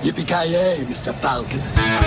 Yippee-ki-yay, Mr. Falcon.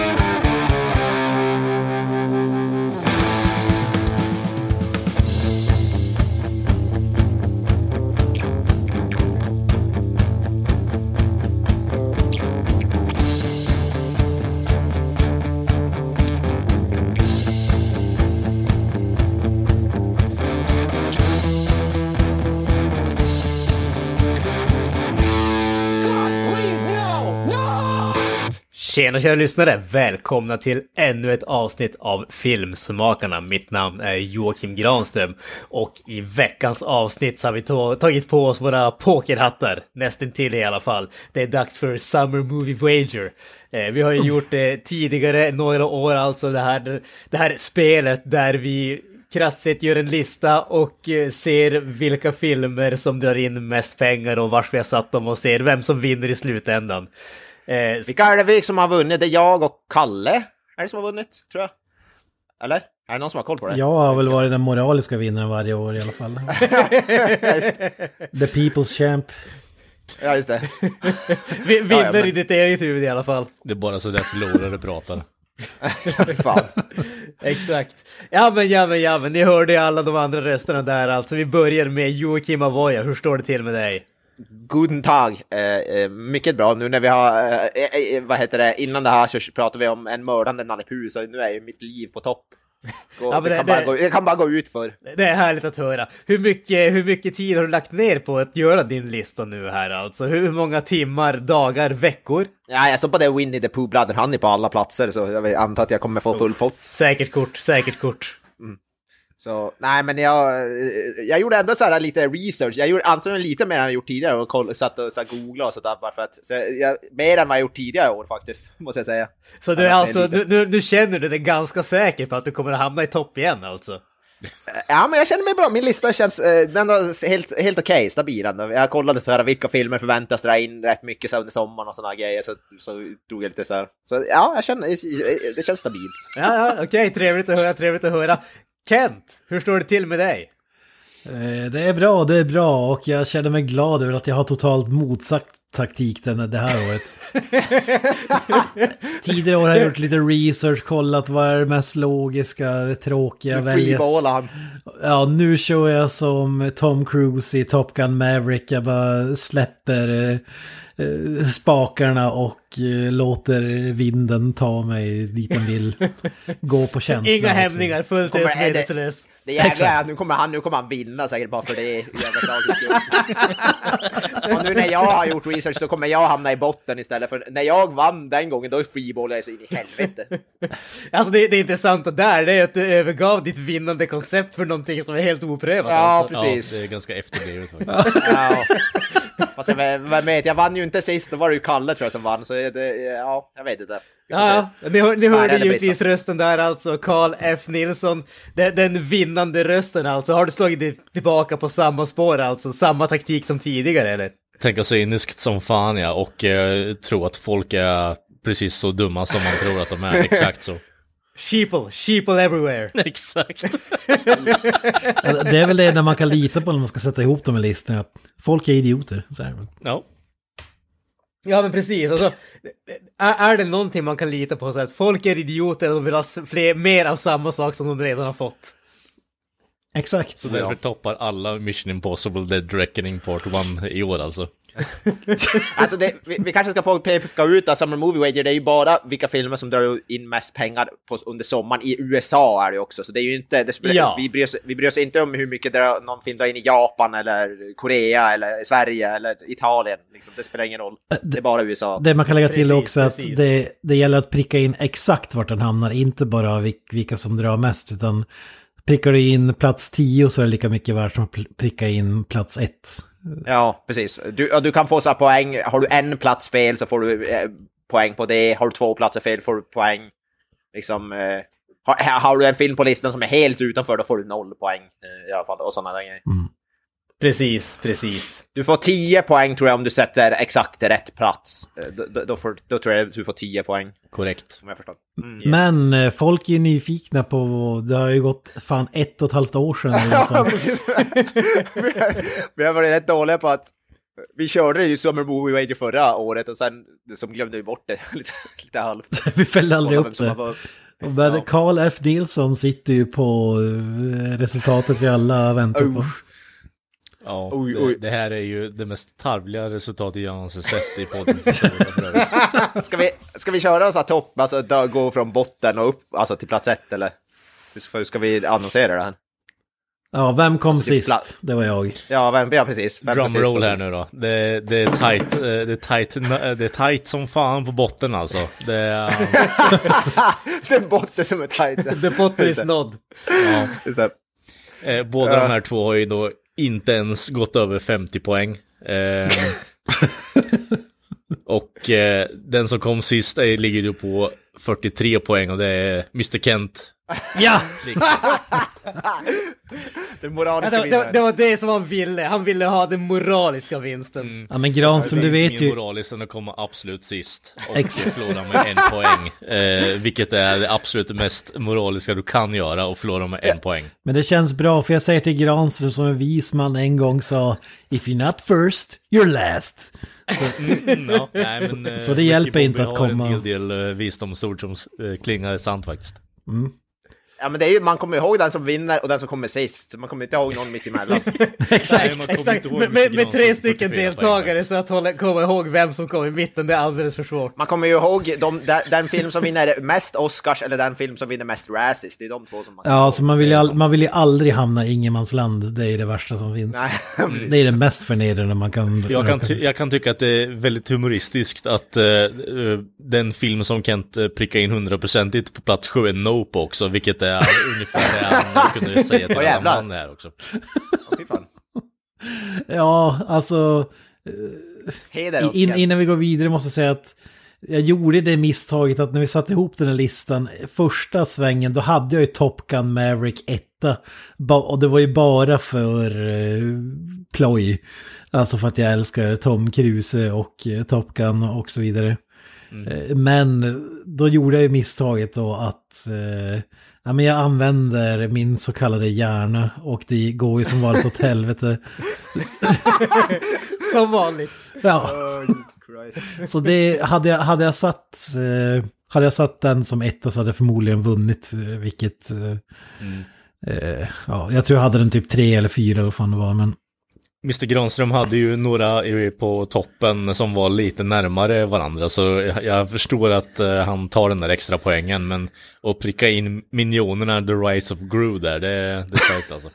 Tjena kära lyssnare, välkomna till ännu ett avsnitt av Filmsmakarna. Mitt namn är Joakim Granström och i veckans avsnitt så har vi tagit på oss våra pokerhattar, nästintill i alla fall. Det är dags för Summer Movie Wager. Vi har ju gjort det tidigare, några år alltså, det här spelet där vi krasst sett gör en lista och ser vilka filmer som drar in mest pengar och vars vi har satt dem och ser vem som vinner i slutändan. Vilka är det som har vunnit? Det är jag och Kalle. Är det som har vunnit, tror jag? Eller? Är det någon som har koll på det? Jag har väl varit den moraliska vinnaren varje år i alla fall. The People's Champ. Ja, just det. Vinner i ditt eget huvud i alla fall. Det är bara så där förlorare pratar. Fan. Exakt. Ja men ni hörde ju alla de andra rösterna där. Alltså vi börjar med Joakim Avoya. Hur står det till med dig? Guten Tag. Mycket bra. Nu när vi har, vad heter det, innan det här så pratar vi om en mördande Nalle Puh, så nu är ju mitt liv på topp. Det kan bara gå ut för. Det är härligt att höra. Hur mycket tid har du lagt ner på att göra din lista nu här alltså? Hur många timmar, dagar, veckor? Ja, jag stoppade Winnie the Pooh Blood Honey på alla platser, så jag antar att jag kommer få full pott. Säkert kort. Så, nej men jag gjorde ändå så här lite research. Jag gjorde ansträngde lite mer än jag gjort tidigare och satt och googla och sådär, bara för att mer än vad jag gjort tidigare år faktiskt, måste jag säga. Så du är alltså, nu känner du dig ganska säker på att du kommer att hamna i topp igen alltså? Ja, men jag känner mig bra. Min lista känns den är helt okej, stabil ändå. Jag kollade så här vilka filmer förväntas dra in rätt mycket så under sommaren och såna grejer, så drog jag lite så här. Så ja, jag känner det känns stabilt. Ja, okej, trevligt att höra. Kent, hur står det till med dig? Det är bra och jag känner mig glad över att jag har totalt motsatt taktik det här året. Tidigare år har jag gjort lite research, kollat vad är det mest logiska, det tråkiga. Ja, nu kör jag som Tom Cruise i Top Gun Maverick. Jag bara släpper spakarna och låter vinden ta mig dit den vill. Gå på känsla. Inga hämningar, fullt medvetslös. Det är nu kommer han vinna säkert bara för det. Och nu när jag har gjort research så kommer jag hamna i botten istället, för när jag vann den gången då freeballade jag så in i helvete. Alltså det är intressanta där, det är att du övergav ditt vinnande koncept för någonting som är helt oprövat. Ja, alltså. precis. Ja, det är ganska efterblivet faktiskt. Ja. Fast jag vann ju inte sist, då var det ju Kalle tror jag som vann, så ja, jag vet inte. Ja, ni hörde givetvis rösten där alltså, Carl F. Nilsson, den vinnande rösten alltså. Har du slagit tillbaka på samma spår alltså, samma taktik som tidigare eller? Tänka cyniskt som fan, ja, och tro att folk är precis så dumma som man tror att de är, exakt så. Sheeple everywhere. Exakt. Det är väl det när man kan lita på när man ska sätta ihop de här listorna, att folk är idioter, så här. Ja. Ja men precis, alltså, är det någonting man kan lita på så att folk är idioter och de vill ha mer av samma sak som de redan har fått. Exakt. Så därför toppar alla Mission Impossible Dead Reckoning Part 1 i år alltså. Alltså vi kanske ska peka ut att Summer Movie Wager, det är ju bara vilka filmer som drar in mest pengar under sommaren. I USA är det också, så det är ju inte vi bryr oss inte om hur mycket någon film drar in i Japan eller Korea eller Sverige eller Italien liksom. Det spelar ingen roll, det är bara USA. Det man kan lägga till också att det gäller att pricka in exakt vart den hamnar, inte bara vilka som drar mest, utan prickar du in plats 10 så är det lika mycket värt som att pricka in plats 1. Ja, precis. Du kan få så här poäng. Har du en plats fel så får du poäng på det. Har du 2 platser fel får du poäng. Liksom, har du en film på listan som är helt utanför, då får du 0 poäng i alla fall. Och sådana grejer. Mm. Precis. Du får 10 poäng tror jag om du sätter exakt rätt plats. Då tror jag att du får 10 poäng. Korrekt. Om jag förstår. Yes. Men folk är nyfikna på, det har ju gått fan 1,5 år sedan. Ja, precis. Vi har varit rätt dåliga på att Vi körde ju Summer Movie Wager förra året och sen som glömde vi bort det lite halvt. Vi följde aldrig upp det. Men Carl F. Nilsson sitter ju på resultatet vi alla väntar på. Ja, det här är ju det mest tarvliga resultatet jag någonsin sett i poddens historia. Ska vi köra så här topp, alltså gå från botten och upp alltså till plats 1 eller? Hur ska vi annonsera det här? Ja, vem kom sist? Det var jag. Ja, precis. Drumroll här nu då. Det är tight som fan på botten alltså. Det är den botten som är tight. The botten is nådd. Ja. Just det. Båda de här två har ju då inte ens gått över 50 poäng. Och den som kom sist ligger ju på 43 poäng och det är Mr. Kent. Ja! Den moraliska det var det som han ville. Han ville ha den moraliska vinsten. Ja, men Granström, du vet ju... moraliskt än att komma absolut sist. Och förlora med 1 poäng. Vilket är det absolut mest moraliska du kan göra. Och förlora med 1 poäng. Men det känns bra, för jag säger till Granström som en vis man en gång sa: if you're not first, you're last. Så det hjälper inte att komma... en hel del visdomsord som klingar sant faktiskt. Ja, men det är ju, man kommer ihåg den som vinner och den som kommer sist. Man kommer inte ihåg någon mitt emellan. Exakt. Med 3 stycken deltagare så att komma ihåg vem som kommer i mitten, det är alldeles för svårt. Man kommer ju ihåg den film som vinner mest Oscars eller den film som vinner mest Razzies. Det är de två som man... Ja, så man vill ju aldrig hamna i ingenmansland. Det är det värsta som finns. Nej, det är det mest förnedrande man kan... Jag kan tycka att det är väldigt humoristiskt att den film som Kent prickar in 100% på plats 7 är Nope också, vilket är ungefär det han kunde säga till en man här också. Ja, alltså innan vi går vidare måste jag säga att jag gjorde det misstaget att när vi satte ihop den här listan första svängen, då hade jag ju Top Gun Maverick 1 och det var ju bara för ploj, alltså för att jag älskar Tom Cruise och Top Gun och så vidare. Men då gjorde jag ju misstaget då att ja, men jag använder min så kallade hjärna och det går ju som vanligt åt helvete. Som vanligt. Ja. Så det hade jag satt den som 1 så hade jag förmodligen vunnit, vilket ja, jag tror jag hade den typ 3 eller 4 eller vad fan det var, men Mr. Granström hade ju några på toppen som var lite närmare varandra, så jag förstår att han tar den där extra poängen, men att pricka in minionerna The Rise of Gru där, det är starkt alltså.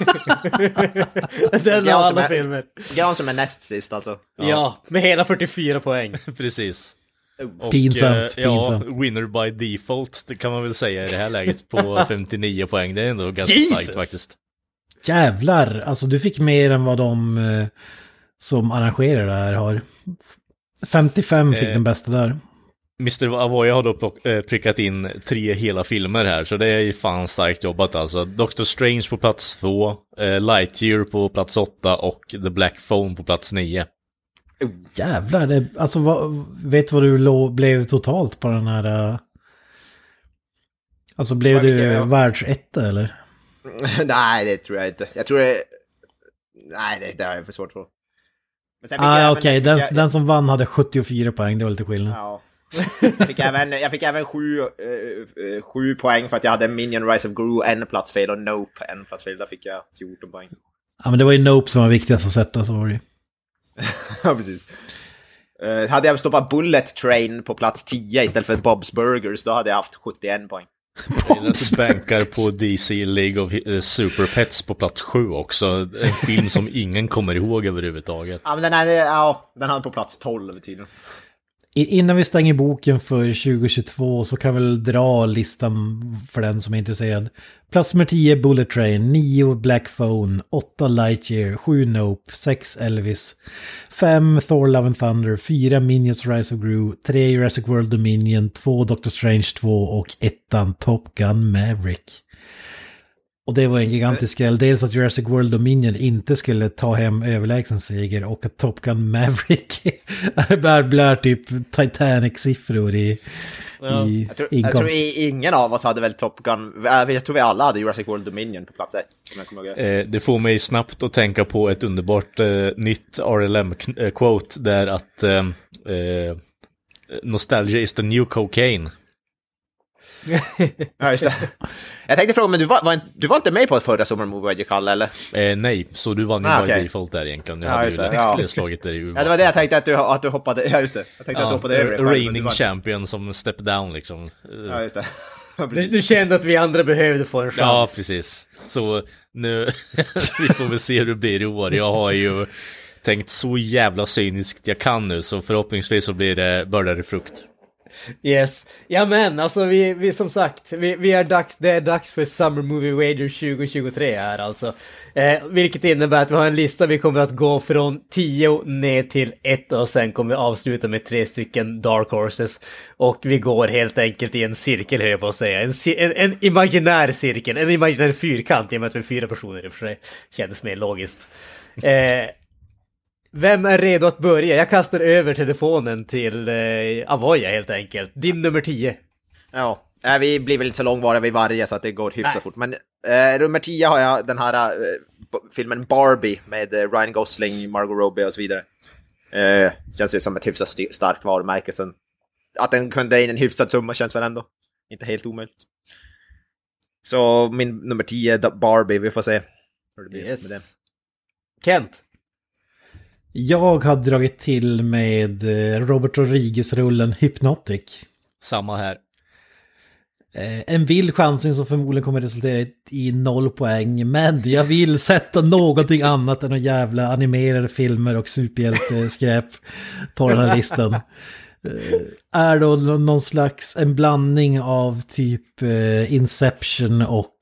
Den är alla filmer. Granström är näst sist alltså. Ja, med hela 44 poäng. Precis. Och, pinsamt. Ja, winner by default, det kan man väl säga i det här läget på 59 poäng, det är ändå ganska starkt faktiskt. Jävlar, alltså du fick mer än vad de som arrangerar det här har. 55 fick den bästa där. Mr. Avoya har då prickat in 3 hela filmer här, så det är ju fan starkt jobbat alltså. Doctor Strange på plats 2, Lightyear på plats 8 och The Black Phone på plats 9. Jävlar, alltså vet vad du blev totalt på den här... Alltså blev du världsetta eller? Nej, det tror jag inte. Jag tror nej, det är för svårt för. Okej, den som vann hade 74 poäng, det var lite skillnad. Ja. Jag fick även 7 poäng för att jag hade Minion Rise of Gru 1 plats fel och Nope 1 plats fel. Där fick jag 14 poäng. Ja, men det var ju Nope som var viktigast att sätta, så var det ju. Ja, precis. Hade jag stoppat Bullet Train på plats 10 istället för Bob's Burgers, då hade jag haft 71 poäng. Bankar på DC League of Super Pets på plats 7 också. En film som ingen kommer ihåg överhuvudtaget. Ja, men den hade på plats 12 tydligen. Innan vi stänger boken för 2022 så kan vi väl dra listan för den som är intresserad. Plats nummer 10 Bullet Train, 9 Black Phone, 8 Lightyear, 7 Nope, 6 Elvis, 5 Thor Love and Thunder, 4 Minions Rise of Gru, 3 Jurassic World Dominion, 2 Doctor Strange 2 och 1 Top Gun Maverick. Och det var en gigantisk skräll. Dels att Jurassic World Dominion inte skulle ta hem överlägsen seger och att Top Gun Maverick blir typ Titanic-siffror Jag tror ingen av oss hade väl Top Gun. Jag tror vi alla hade Jurassic World Dominion på plats 1. Det får mig snabbt att tänka på ett underbart nytt RLM-quote där att nostalgia is the new cocaine. Ja, just det. Jag tänkte fråga, men du var inte med på förra Summer Movie, Kalle, eller? Nej, så du vann ju by default där egentligen. Jag hade ju lätt slagit det i det var det jag tänkte att du hoppade. Ja, just det. Jag tänkte att du hoppade över. Reigning champion som step down liksom. Ja, just det. Du kände att vi andra behövde få en chans. Ja, precis. Så nu vi får väl se hur det blir i år. Jag har ju tänkt så jävla cyniskt jag kan nu, så förhoppningsvis så börjar det frukt. Yes. Ja, men alltså vi som sagt, det är dags för Summer Movie Wager 2023 här alltså. Vilket innebär att vi har en lista, vi kommer att gå från 10 ner till 1 och sen kommer vi avsluta med 3 stycken Dark Horses. Och vi går helt enkelt i en cirkel, höll jag på att säga. En imaginär cirkel, en imaginär fyrkant, i och med att vi är 4 personer i och för sig. Kändes mer logiskt. Vem är redo att börja? Jag kastar över telefonen till Avoya helt enkelt. Din nummer 10. Ja, vi blir väl inte så långvariga vid varje så att det går hyfsat fort. Men nummer 10 har jag den här filmen Barbie med Ryan Gosling, Margot Robbie och så vidare. Känns ju som ett hyfsat starkt varumärke. Så att den kunde in en hyfsad summa känns väl ändå inte helt omöjligt. Så min nummer 10 Barbie, vi får se hur det blir med det. Kent? Jag har dragit till med Robert Rodriguez-rullen Hypnotic. Samma här. En vild chansning som förmodligen kommer resultera i 0 poäng. Men jag vill sätta någonting annat än jävla animerade filmer och superhjälteskräp på den här listan. Är då någon slags en blandning av typ Inception och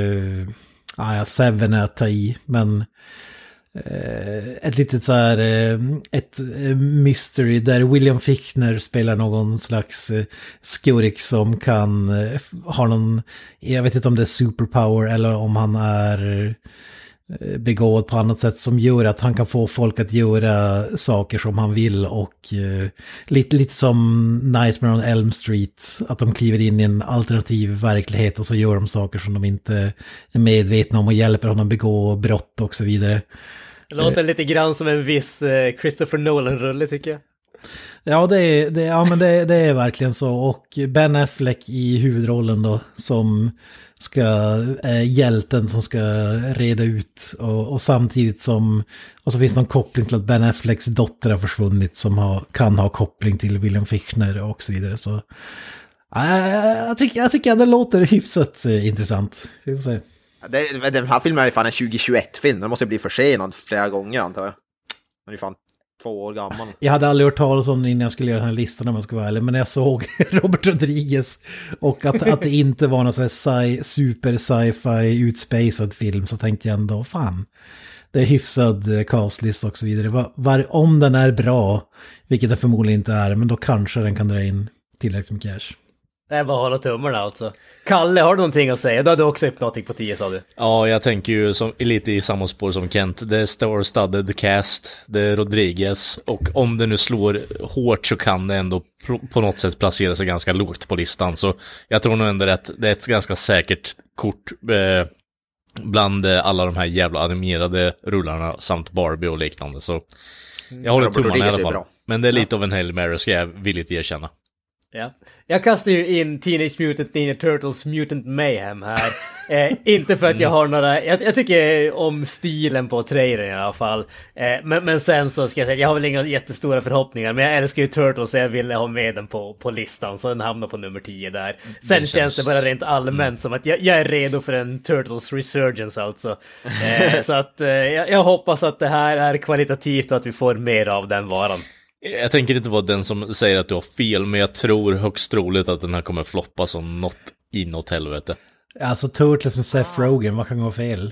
Seven är att ta i, men ett litet så här ett mystery där William Fichtner spelar någon slags skurk som kan ha någon, jag vet inte om det är superpower eller om han är begåvad på annat sätt som gör att han kan få folk att göra saker som han vill, och lite som Nightmare on Elm Street, att de kliver in i en alternativ verklighet och så gör de saker som de inte är medvetna om och hjälper honom begå brott och så vidare. Det låter lite grann som en viss Christopher Nolan-rulle, tycker jag. Ja, det är verkligen så. Och Ben Affleck i huvudrollen då, som hjälten som ska reda ut, och samtidigt som, och så finns det någon koppling till att Ben Afflecks dotter har försvunnit som kan ha koppling till William Fichtner och så vidare. Så jag tycker att det låter hyfsat intressant. Vi får se. Den här filmen är fan en 2021-film. Den måste bli försenad flera gånger, antar jag. Den är fan 2 år gammal. Jag hade aldrig hört talas om den innan jag skulle göra den här listan, om jag ska vara ärlig. Men när jag såg Robert Rodriguez och att det inte var någon sån här super sci-fi utspacad film, så tänkte jag ändå, fan, det är hyfsad castlist och så vidare. Om den är bra, vilket den förmodligen inte är, men då kanske den kan dra in tillräckligt med cash. Det är bara att hålla tummarna alltså. Kalle, har du någonting att säga? Du hade också Hypnotic på 10, sa du. Ja, jag tänker ju lite i samma spår som Kent. Det är star-studded cast, det är Rodriguez, och om det nu slår hårt så kan det ändå på något sätt placera sig ganska lågt på listan. Så jag tror nog ändå att det är ett ganska säkert kort bland alla de här jävla animerade rullarna samt Barbie och liknande. Så jag håller tummarna i alla fall. Men det är lite av en Hail Mary, ska jag villigt erkänna. Ja. Jag kastar ju in Teenage Mutant Ninja Turtles Mutant Mayhem här. Inte för att jag har några... Jag tycker om stilen på trailern i alla fall. Men sen så ska jag säga, jag har väl inga jättestora förhoppningar. Men jag älskar ju Turtles, så jag ville ha med den på listan. Så den hamnar på nummer 10 där. Sen känns det bara rent allmänt som att jag är redo för en Turtles Resurgence alltså. Så att jag hoppas att det här är kvalitativt och att vi får mer av den varan. Jag tänker inte vara den som säger att du har fel, men jag tror högst troligt att den här kommer floppa som något inåt helvete. Alltså Turtles med Seth Rogen, vad kan gå fel?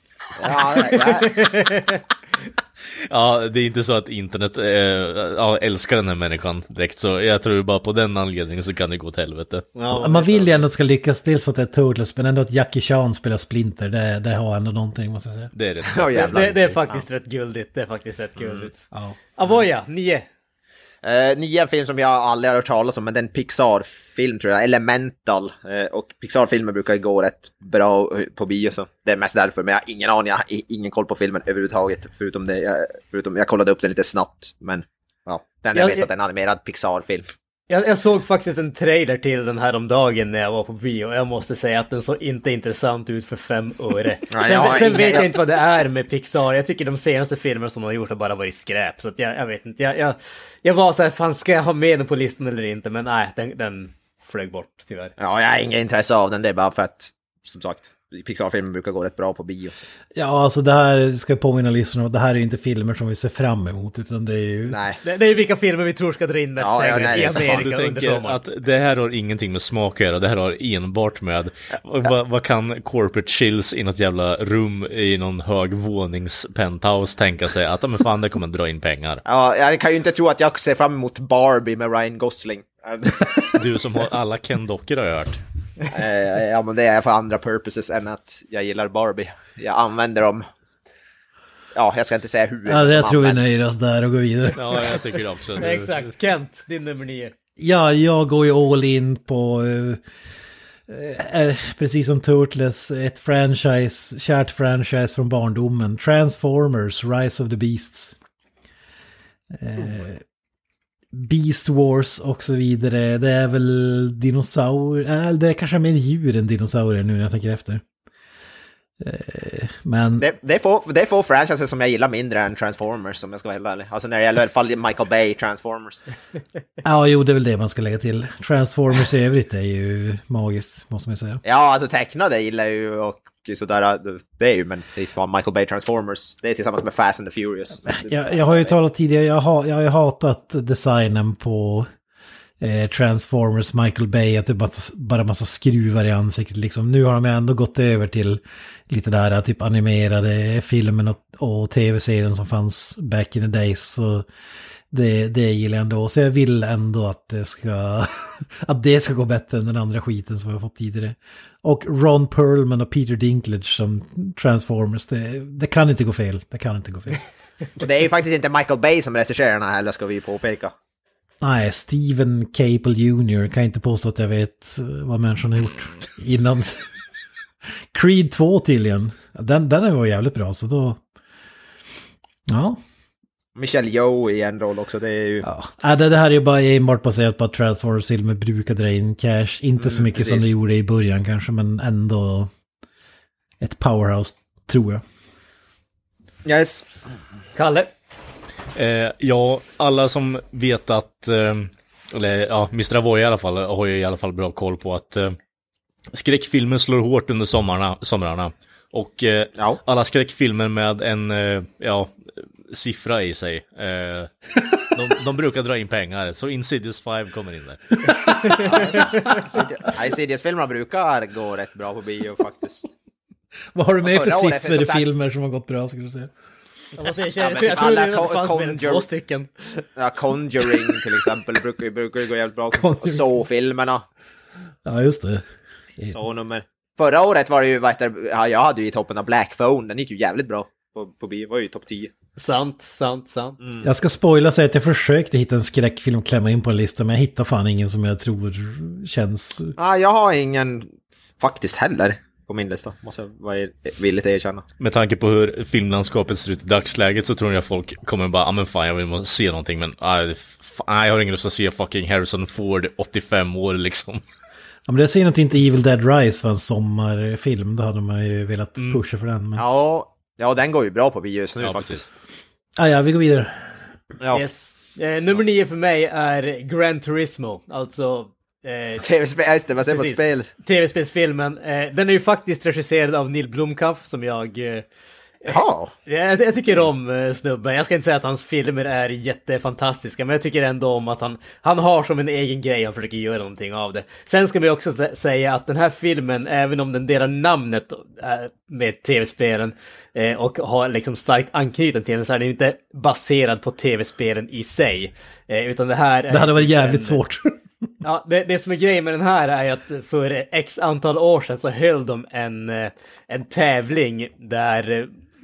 Ja, det är inte så att internet älskar den här människan direkt, så jag tror bara på den anledningen så kan det gå åt helvete. Ja, man vill ju ändå ska lyckas, dels för att det är Turtles, men ändå att Jackie Chan spelar Splinter, det har ändå någonting, måste jag säga. Det är det. Det är faktiskt rätt guldigt, det är faktiskt rätt guldigt. Ja. Avoya, 9. Nya film som jag aldrig har hört talas om, men den Pixar-film tror jag, Elemental. Och Pixar-filmer brukar gå rätt bra på bio, så det är mest därför. Men jag har ingen aning, jag har ingen koll på filmen överhuvudtaget. Förutom jag kollade upp den lite snabbt, men ja, jag vet att det är en animerad Pixar-film. Jag såg faktiskt en trailer till den här om dagen när jag var på bio, och jag måste säga att den såg inte intressant ut för 5 öre. Sen vet jag inte vad det är med Pixar. Jag tycker de senaste filmerna som de har gjort har bara varit skräp, så att jag vet inte. Jag var så här, fan, ska jag ha med den på listan eller inte? Men nej, den flög bort tyvärr. Ja, jag har inget intresse av den, det är bara för att, som sagt, Pixar-filmer brukar gå rätt bra på bio. Ja, alltså det här ska jag påminna lyssnarna om, det här är ju inte filmer som vi ser fram emot, utan det är ju... Nej. Det är ju vilka filmer vi tror ska dra in mest pengar i Amerika under sommaren. Att det här har ingenting med smak att göra, det här har enbart med vad kan corporate chills i något jävla rum i någon hög vånings-penthouse tänka sig att men fan, det kommer dra in pengar. Ja, jag kan ju inte tro att jag ser fram emot Barbie med Ryan Gosling. Du som har alla Ken-dockor har jag hört. Ja, men det är för andra purposes än att jag gillar Barbie. Jag använder dem. Ja, jag ska inte säga hur. Ja, jag tror vi nöjer oss där och går vidare. Ja, jag tycker det också. Exakt. Kent, din nummer 9. Ja, jag går ju all in på precis som Turtles, ett kärt franchise från barndomen. Transformers, Rise of the Beasts. Beast Wars och så vidare. Det är väl dinosaurier. Det är kanske mer djur än dinosaurier nu när jag tänker efter. Men... Det är få franchises som jag gillar mindre än Transformers, som jag ska vara helt ärlig. Alltså när det gäller i alla fall Michael Bay Transformers. Ja, jo, det är väl det man ska lägga till. Transformers i övrigt är ju magiskt, måste man säga. Ja, alltså tecknade gillar jag ju, och sådär, det är ju, men det är fan Michael Bay Transformers. Det är tillsammans med Fast and the Furious. Jag har ju talat tidigare, jag har ju hatat designen på Transformers, Michael Bay, att det bara massa skruvar i ansiktet liksom. Nu har de ändå gått över till lite där typ animerade filmen och tv-serien som fanns back in the days, så det gillar jag ändå. Så jag vill ändå att det ska gå bättre än den andra skiten som jag fått tidigare. Och Ron Perlman och Peter Dinklage som Transformers, det kan inte gå fel. Det kan inte gå fel. Och det är ju faktiskt inte Michael Bay som regisserarna heller, ska vi påpeka. Nej, Steven Caple Jr. kan inte påstå att jag vet vad människan har gjort innan. Creed 2 tydligen. Den var jävligt bra, så då... Ja. Michelle Yeoh i en roll också, det är ju... Ja, det här är ju bara enbart baserat på att Transformers-filmer brukar dra in cash. Inte så mycket som det gjorde i början kanske, men ändå ett powerhouse, tror jag. Yes. Kalle? Ja, alla som vet att, eller ja, Mr. Avoy i alla fall har ju i alla fall bra koll på att skräckfilmer slår hårt under somrarna. Och alla skräckfilmer med en siffra i sig, de brukar dra in pengar. Så Insidious 5 kommer in där. Insidious-filmerna brukar gå rätt bra på bio faktiskt. Vad har du med för siffror i filmer som har gått bra, ska du säga? Jag tror det fanns mer än 2 stycken. Ja, Conjuring till exempel brukar gå jävligt bra. Och så-filmerna. Ja, just det. Så-nummer. Förra året var det ju, jag hade ju i toppen av Black Phone. Den gick ju jävligt bra på bio, var ju topp 10. Sant. Jag ska spoila och säga att jag försökte hitta en skräckfilm och klämma in på en lista, men jag hittar fan ingen som jag tror känns... Jag har ingen faktiskt heller på min lista, måste jag vara villigt erkänna. Med tanke på hur filmlandskapet ser ut i dagsläget så tror jag folk kommer bara, men fan, jag vill se någonting, men jag har ingen lust att se fucking Harrison Ford 85 år liksom. Ja, men det är synd att inte Evil Dead Rise var en sommarfilm, då hade man ju velat pusha för den. Men... Ja, den går ju bra på bio just nu faktiskt. Ja, vi går vidare. Ja. Yes. Nummer 9 för mig är Gran Turismo, alltså... TV-spelsfilmen. Den är ju faktiskt regisserad av Neil Blomkamp, som jag tycker om snubben. Jag ska inte säga att hans filmer är jättefantastiska, men jag tycker ändå om att han har som en egen grej, han försöker göra någonting av det. Sen ska vi också säga att den här filmen, även om den delar namnet med tv-spelen och har liksom starkt anknyten till den, så är den inte baserad på tv-spelen i sig. Utan det hade varit jävligt svårt. Ja, det som är grejen med den här är att för x antal år sedan så höll de en tävling där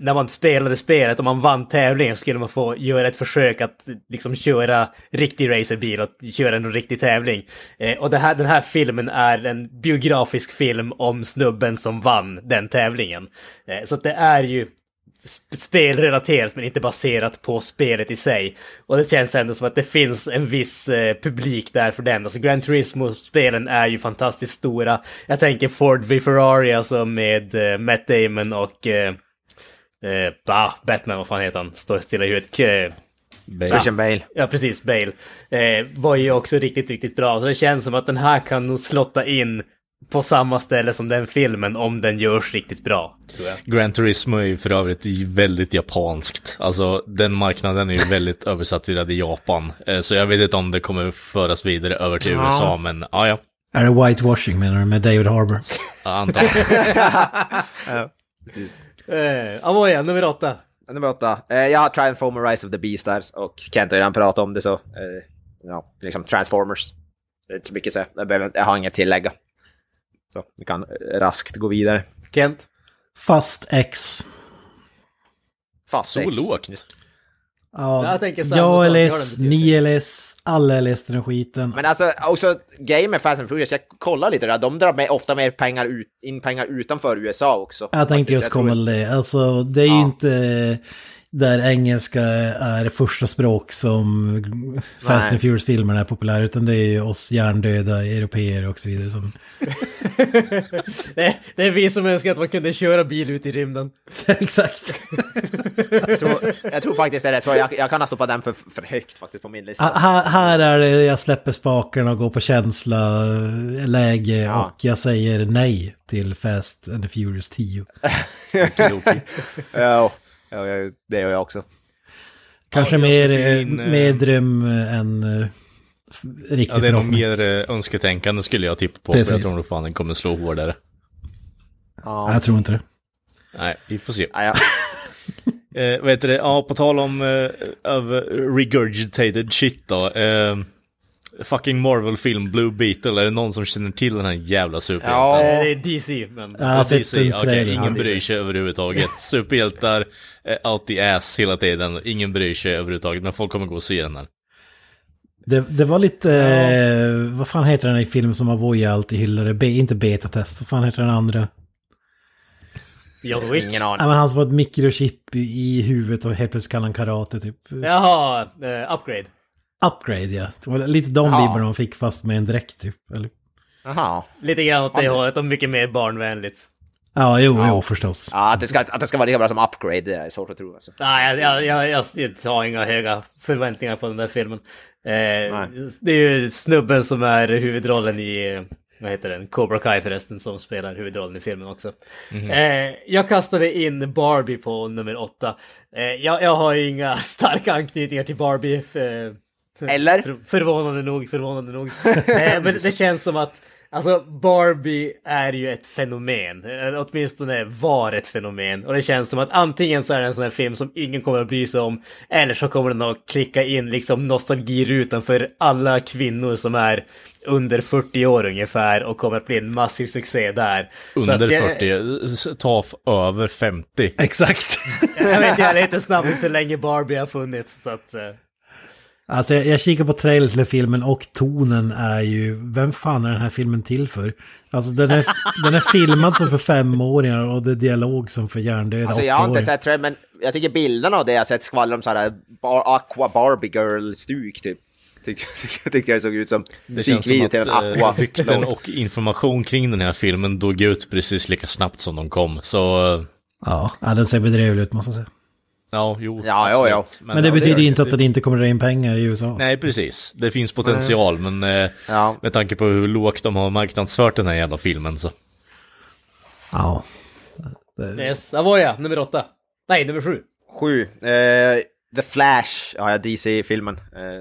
när man spelade spelet och man vann tävlingen skulle man få göra ett försök att liksom köra riktig racerbil och köra en riktig tävling. Och den här filmen är en biografisk film om snubben som vann den tävlingen. Så att det är ju spelrelaterat men inte baserat på spelet i sig. Och det känns ändå som att det finns en viss publik där för den. Alltså Gran Turismo-spelen är ju fantastiskt stora. Jag tänker Ford v Ferrari alltså med Matt Damon och Batman, vad fan heter han? Står stilla i huvudet. Christian Bale. Ja, precis, Bale. Var ju också riktigt bra. Så det känns som att den här kan nog slotta in på samma ställe som den filmen om den görs riktigt bra, tror jag. Gran Turismo är ju för övrigt väldigt japanskt. Alltså den marknaden är ju väldigt översaturad i Japan. Så jag vet inte om det kommer föras vidare över till USA, men ja. Är det whitewashing menar du med David Harbour? Ja, antagligen. Ja, precis. Avoya, nummer 8. Nummer 8. Jag har Transformers Rise of the Beastars och Kent har redan pratat om det så. Ja, liksom Transformers. Det är inte så mycket så. Jag har inget tillägga. Så vi kan raskt gå vidare. Kent? Fast X. Fast så X. lågt. Ja, jag är less, ni är less, alla är less den skiten. Men alltså, också grejen med Fast and Furious, jag kollar lite där, de drar ofta mer pengar utanför USA också. Jag tänkte just komma till det, alltså det är ju inte där engelska är första språk som Fast and Furious-filmerna är populära, utan det är ju oss hjärndöda europeer och så vidare som... det är vi som önskar att man kunde köra bil ut i rymden. Exakt. jag tror faktiskt det är rätt, så jag kan ha stoppat den för högt faktiskt på min lista. Här är det, jag släpper spakarna och går på känsla, läge och jag säger nej till Fast and the Furious 10. Ja, det gör jag också. Kanske mer dröm än riktigt. Ja, det är nog mer önsketänkande skulle jag tippa på. För jag tror nog fan den kommer slå hårdare. Ja. Jag tror inte det. Nej, vi får se. Ja. Vad heter det? Ja, på tal om regurgitated shit då. Fucking Marvel-film Blue Beetle, är det någon som känner till den här jävla superhjälten? Ja, det är DC, men... Ja, DC, okej, ingen bryr sig överhuvudtaget. Superhjältar, out the ass hela tiden. Ingen bryr sig överhuvudtaget, men folk kommer gå och se den här. Det var lite... vad fan heter den i film som Avoya alltid hyllade? Inte beta-test, vad fan heter den andra? John Wick. Ingen aning. Ja, men han som var ett mikrochip i huvudet och helt plötsligt kan han karate typ. Jaha, Upgrade. Upgrade, ja. Det var lite de vibbarna man fick fast med en dräkt typ. Eller? Jaha. Lite grann åt det hållet och mycket mer barnvänligt. Ja, jo, förstås. Ja, att det ska vara lika bra som Upgrade, det är svårt att tro. Alltså. Nej, jag har inga höga förväntningar på den där filmen. Det är ju snubben som är huvudrollen i... Vad heter den? Cobra Kai förresten, som spelar huvudrollen i filmen också. Jag kastade in Barbie på nummer 8. Jag har ju inga starka anknytningar till Barbie. Eller? Förvånande nog. Men det känns som att alltså Barbie är ju ett fenomen. Åtminstone var ett fenomen. Och det känns som att antingen så är det en sån här film som ingen kommer att bry sig om, eller så kommer den att klicka in liksom nostalgirutan för alla kvinnor som är under 40 år ungefär och kommer att bli en massiv succé där. Under 40, ta över 50. Exakt. Jag vet inte snabbt hur länge Barbie har funnits, så att... Alltså jag kikar på trailer till filmen och tonen är ju... Vem fan är den här filmen till för? Alltså den är filmad som för 5-åringar och det är dialog som för hjärndöda 8-åringar. Alltså jag har inte sett trailer, men jag tycker bilderna av det jag sett skvallrar om såhär Aqua Barbie Girl-stuk typ. Tyckte jag såg ut som musikvideo till en Aqua. Rykten och information kring den här filmen dog ut precis lika snabbt som de kom. Så... Ja, den ser bedrövlig ut måste jag säga. Ja, jo. Ja. Men det betyder inte att det inte kommer in pengar i USA. Nej, precis. Det finns potential, men med tanke på hur lågt de har marknadsfört den här jävla filmen så... Ja. Yes, Avoya, nummer 8. Nej, nummer 7. 7. The Flash, ja, DC-filmen.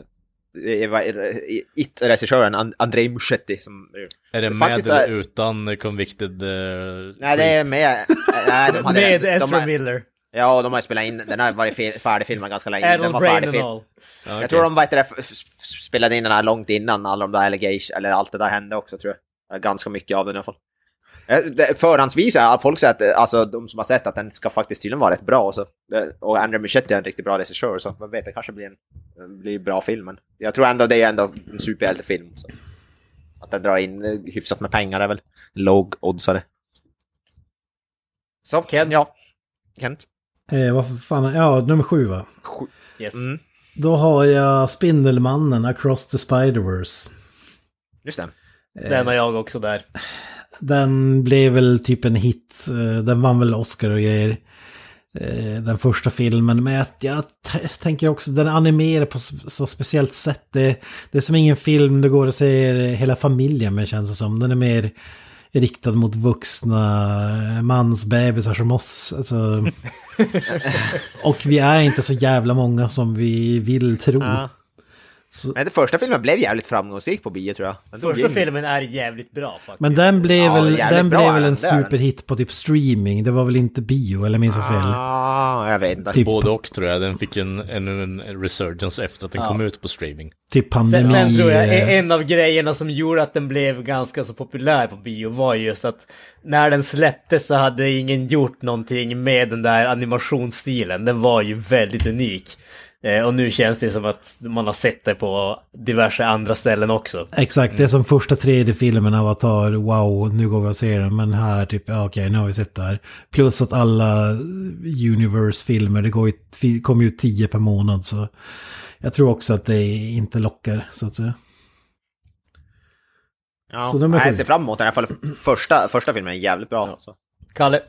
It-regissören Andrei Muschietti som... Är det med eller utan Convicted? Nej, det är med. Med Ezra Miller. Ja, de har spelat in, den har varit färdigfilmad ganska länge. Den var färdigfilmad. Okay. Jag tror de spelade in den här långt innan alla de där allegations, eller allt det där hände också tror jag. Ganska mycket av den i alla fall. Förhandsvisar folk säger att alltså, de som har sett att den ska faktiskt tydligen vara rätt bra. Så, och Andrew Muschietti är en riktigt bra regissör, så man vet, det kanske blir bra film. Men jag tror ändå det är ändå en superhjältefilm. Så. Att den drar in hyfsat med pengar är väl låg oddsare. Så, Kent. Vad fan, ja, nummer 7 va? Yes. Då har jag Spindelmannen, Across the Spider-Verse. Just det. Den har jag också där. Den blev väl typ en hit. Den vann väl Oscar och grejer. Den första filmen. Men jag tänker också, den animerar på så speciellt sätt. Det är som ingen film det går att se hela familjen med, känns det som. Den är mer riktad mot vuxna mansbebisar som oss. Alltså. Och vi är inte så jävla många som vi vill tro. Ja. Men den första filmen blev jävligt framgångsrik på bio, tror jag. Den första filmen är jävligt bra faktiskt. Men den blev väl en superhit på typ streaming. Det var väl inte bio, eller minns jag fel? Jag vet inte. Typ, både och tror jag. Den fick en resurgence efter att den kom ut på streaming. Typ pandemi. Sen tror jag en av grejerna som gjorde att den blev ganska så populär på bio var just att när den släpptes så hade ingen gjort någonting med den där animationsstilen. Den var ju väldigt unik. Och nu känns det som att man har sett det på diverse andra ställen också. Exakt, det är som första 3D-filmen Avatar. Wow, nu går vi och ser den. Men här typ, okej, nu har vi sett det här. Plus att alla Universe-filmer, det kommer ju 10 per månad. Så jag tror också att det inte lockar, så att säga. Ja, så jag ser fram emot den. I alla fall första filmen är jävligt bra. Så. Kalle?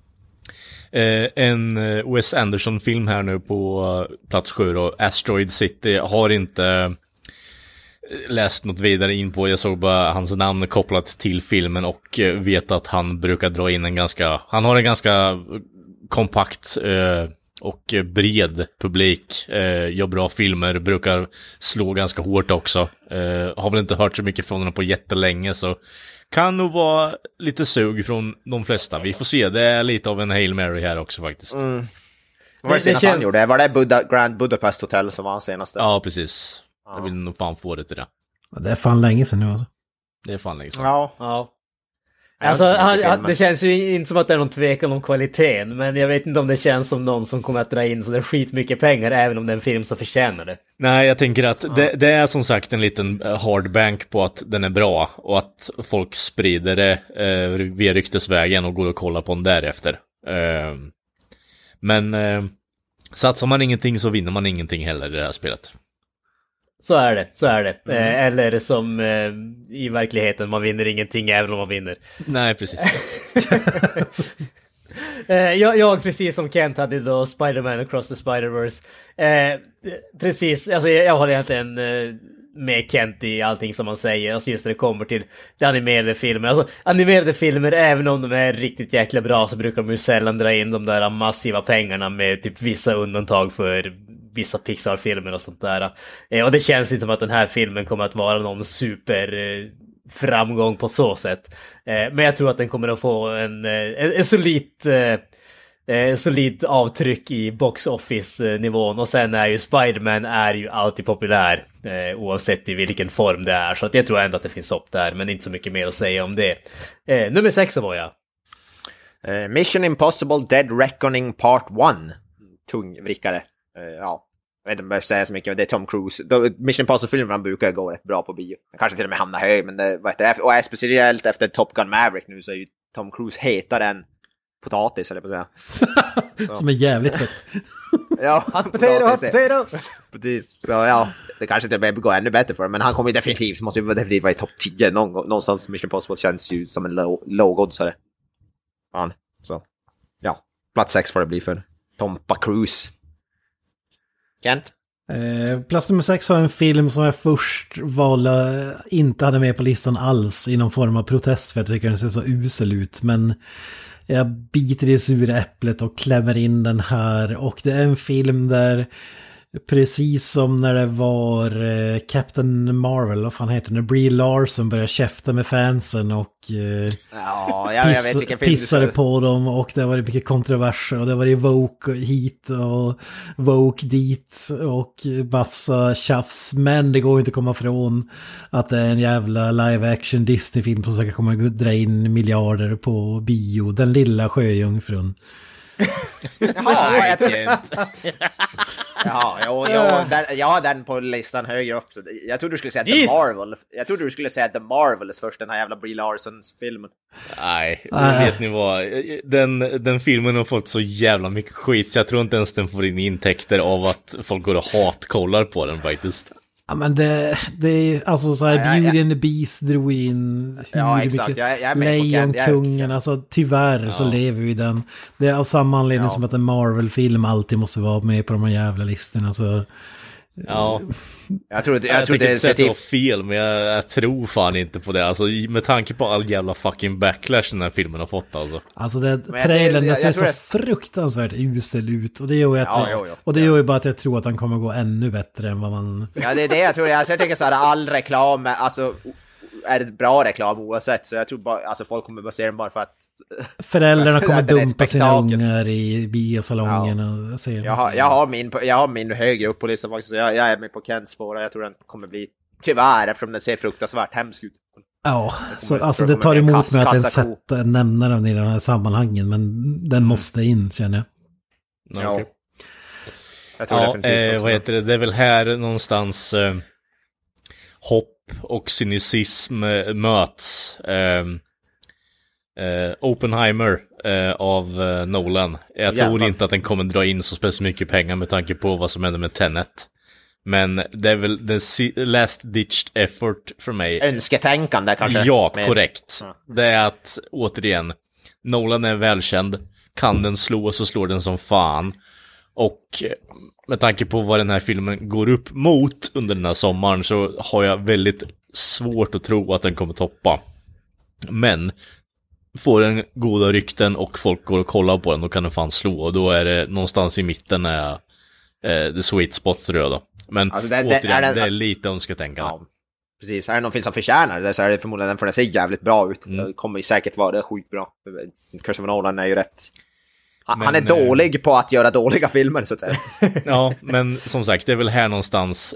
En Wes Anderson-film här nu på plats 7 då, Asteroid City, har inte läst något vidare in på. Jag såg bara hans namn kopplat till filmen och vet att han brukar dra in han har en ganska kompakt och bred publik, gör bra filmer, brukar slå ganska hårt också. Har väl inte hört så mycket från honom på jättelänge, så kan nog vara lite sug från de flesta. Vi får se, det är lite av en Hail Mary här också faktiskt. Vad var det senaste han gjorde? Var det Grand Budapest Hotel som var hans senaste? Ja, precis. Jag vill nog fan få det till det. Det är fan länge sedan nu alltså. Det är fan länge sedan. Ja. Alltså, det känns ju inte som att det är någon tvekan om kvaliteten, men jag vet inte om det känns som någon som kommer att dra in så det är skitmycket pengar även om det är en film som förtjänar det. Nej, jag tänker att det är som sagt en liten hardbank på att den är bra och att folk sprider det via ryktesvägen och går och kollar på den därefter. Men satsar man ingenting så vinner man ingenting heller i det här spelet. Så är det. Eller som i verkligheten, man vinner ingenting även om man vinner. Nej, precis. jag precis som Kent hade då Spider-Man Across the Spider-Verse. Precis, alltså jag har egentligen med Kent i allting som man säger. Alltså just när det kommer till animerade filmer. Alltså animerade filmer, även om de är riktigt jäkla bra, så brukar de ju sällan dra in de där massiva pengarna, med typ vissa undantag för vissa Pixar-filmer och sånt där. Och det känns inte som att den här filmen kommer att vara någon super framgång på så sätt. Men jag tror att den kommer att få en solid avtryck i box office-nivån. Och sen är ju Spider-Man är ju alltid populär, oavsett i vilken form det är. Så att jag tror ändå att det finns upp där, men inte så mycket mer att säga om det. Nummer 6 var jag. Mission Impossible Dead Reckoning Part 1. Tungvrickare. Ja, jag vet inte om jag säger så mycket, men det är Tom Cruise. Mission Impossible-filmerna brukar gå rätt bra på bio. Kanske till och med hamna hög, men det, vad heter det? Och speciellt efter Top Gun Maverick nu så är ju Tom Cruise hetare än potatis, eller på att säga. Som är jävligt fett. Ja, potato. Precis. Så ja, det kanske till och med går ännu bättre för, men han kommer ju definitivt, måste ju definitivt vara i topp 10 någonstans. Mission Impossible känns ju som en lågoddsare. Ja, så ja, plats 6 får det bli för Tompa Cruise. Kent? Plats nummer 6 var en film som jag först valde inte hade med på listan alls i någon form av protest, för jag tycker den ser så usel ut, men jag biter i det sura äpplet och klämmer in den här. Och det är en film där Precis som när det var Captain Marvel, vad fan heter det, när Brie Larson började käfta med fansen och jag vet vilken film pissade på dem, och det var mycket kontroverser och det var Woke hit och Woke dit och massa tjafs, men det går inte att komma från att det är en jävla live action Disney-film som säkert kommer att dra in miljarder på bio, Den lilla sjöjungfrun. Jaha, jag har den på listan högre upp. Jag trodde du skulle säga The Marvel. Jag trodde du skulle säga The Marvelous först, den här jävla Brie Larsons filmen. Nej, vet ni vad? Den filmen har fått så jävla mycket skit, så jag tror inte ens den får in intäkter av att folk går och hatkollar på den faktiskt. Ja, men det är alltså så här, Beauty and the Beast drog in exakt. Lejonkungen, alltså tyvärr så lever vi den. Det är av samma anledning som att en Marvel-film alltid måste vara med på de här jävla listorna, så... Ja, jag tror det är fel, men jag tror fan inte på det. Alltså med tanke på all jävla fucking backlash den här filmen har fått alltså. Alltså trailern ser så fruktansvärt usel ut, och det gör ju att det gör ju bara att jag tror att han kommer gå ännu bättre än vad man... Ja, det är det jag tror. Jag tänker så här, all reklam, alltså är det bra reklam oavsett, så jag tror bara, alltså folk kommer bara se den bara för att föräldrarna kommer dumpa sina ungar i biosalongen och se den. Jag har min högre upp på listan faktiskt, så jag är med på Kents spår, och jag tror den kommer bli, tyvärr, eftersom den ser fruktansvärt hemsk ut. Ja, så alltså det tar emot med att den nämner den i den här sammanhangen, men den måste in, känner jag. Ja. Jag tror definitivt vad heter det? Det är väl här någonstans hopp och cynism möts. Oppenheimer av Nolan. Jag tror inte att den kommer dra in så speciellt mycket pengar med tanke på vad som händer med Tenet. Men det är väl den last ditched effort för mig. Önsketänkande kanske. Ja, korrekt. Det är att, återigen, Nolan är välkänd. Kan den slå så slår den som fan. Och med tanke på vad den här filmen går upp mot under den här sommaren, så har jag väldigt svårt att tro att den kommer toppa. Men får den goda rykten och folk går och kollar på den, då kan den fan slå. Och då är det någonstans i mitten är the sweet spots röda. Men alltså det är lite önsketänkande. Ja, precis, är det någon film som förtjänar det, så är det förmodligen den, för den ser jävligt bra ut. Det kommer ju säkert vara det sjukt bra. Christopher Nolan är ju rätt... Han är dålig på att göra dåliga filmer, så att säga. Ja, men som sagt, det är väl här någonstans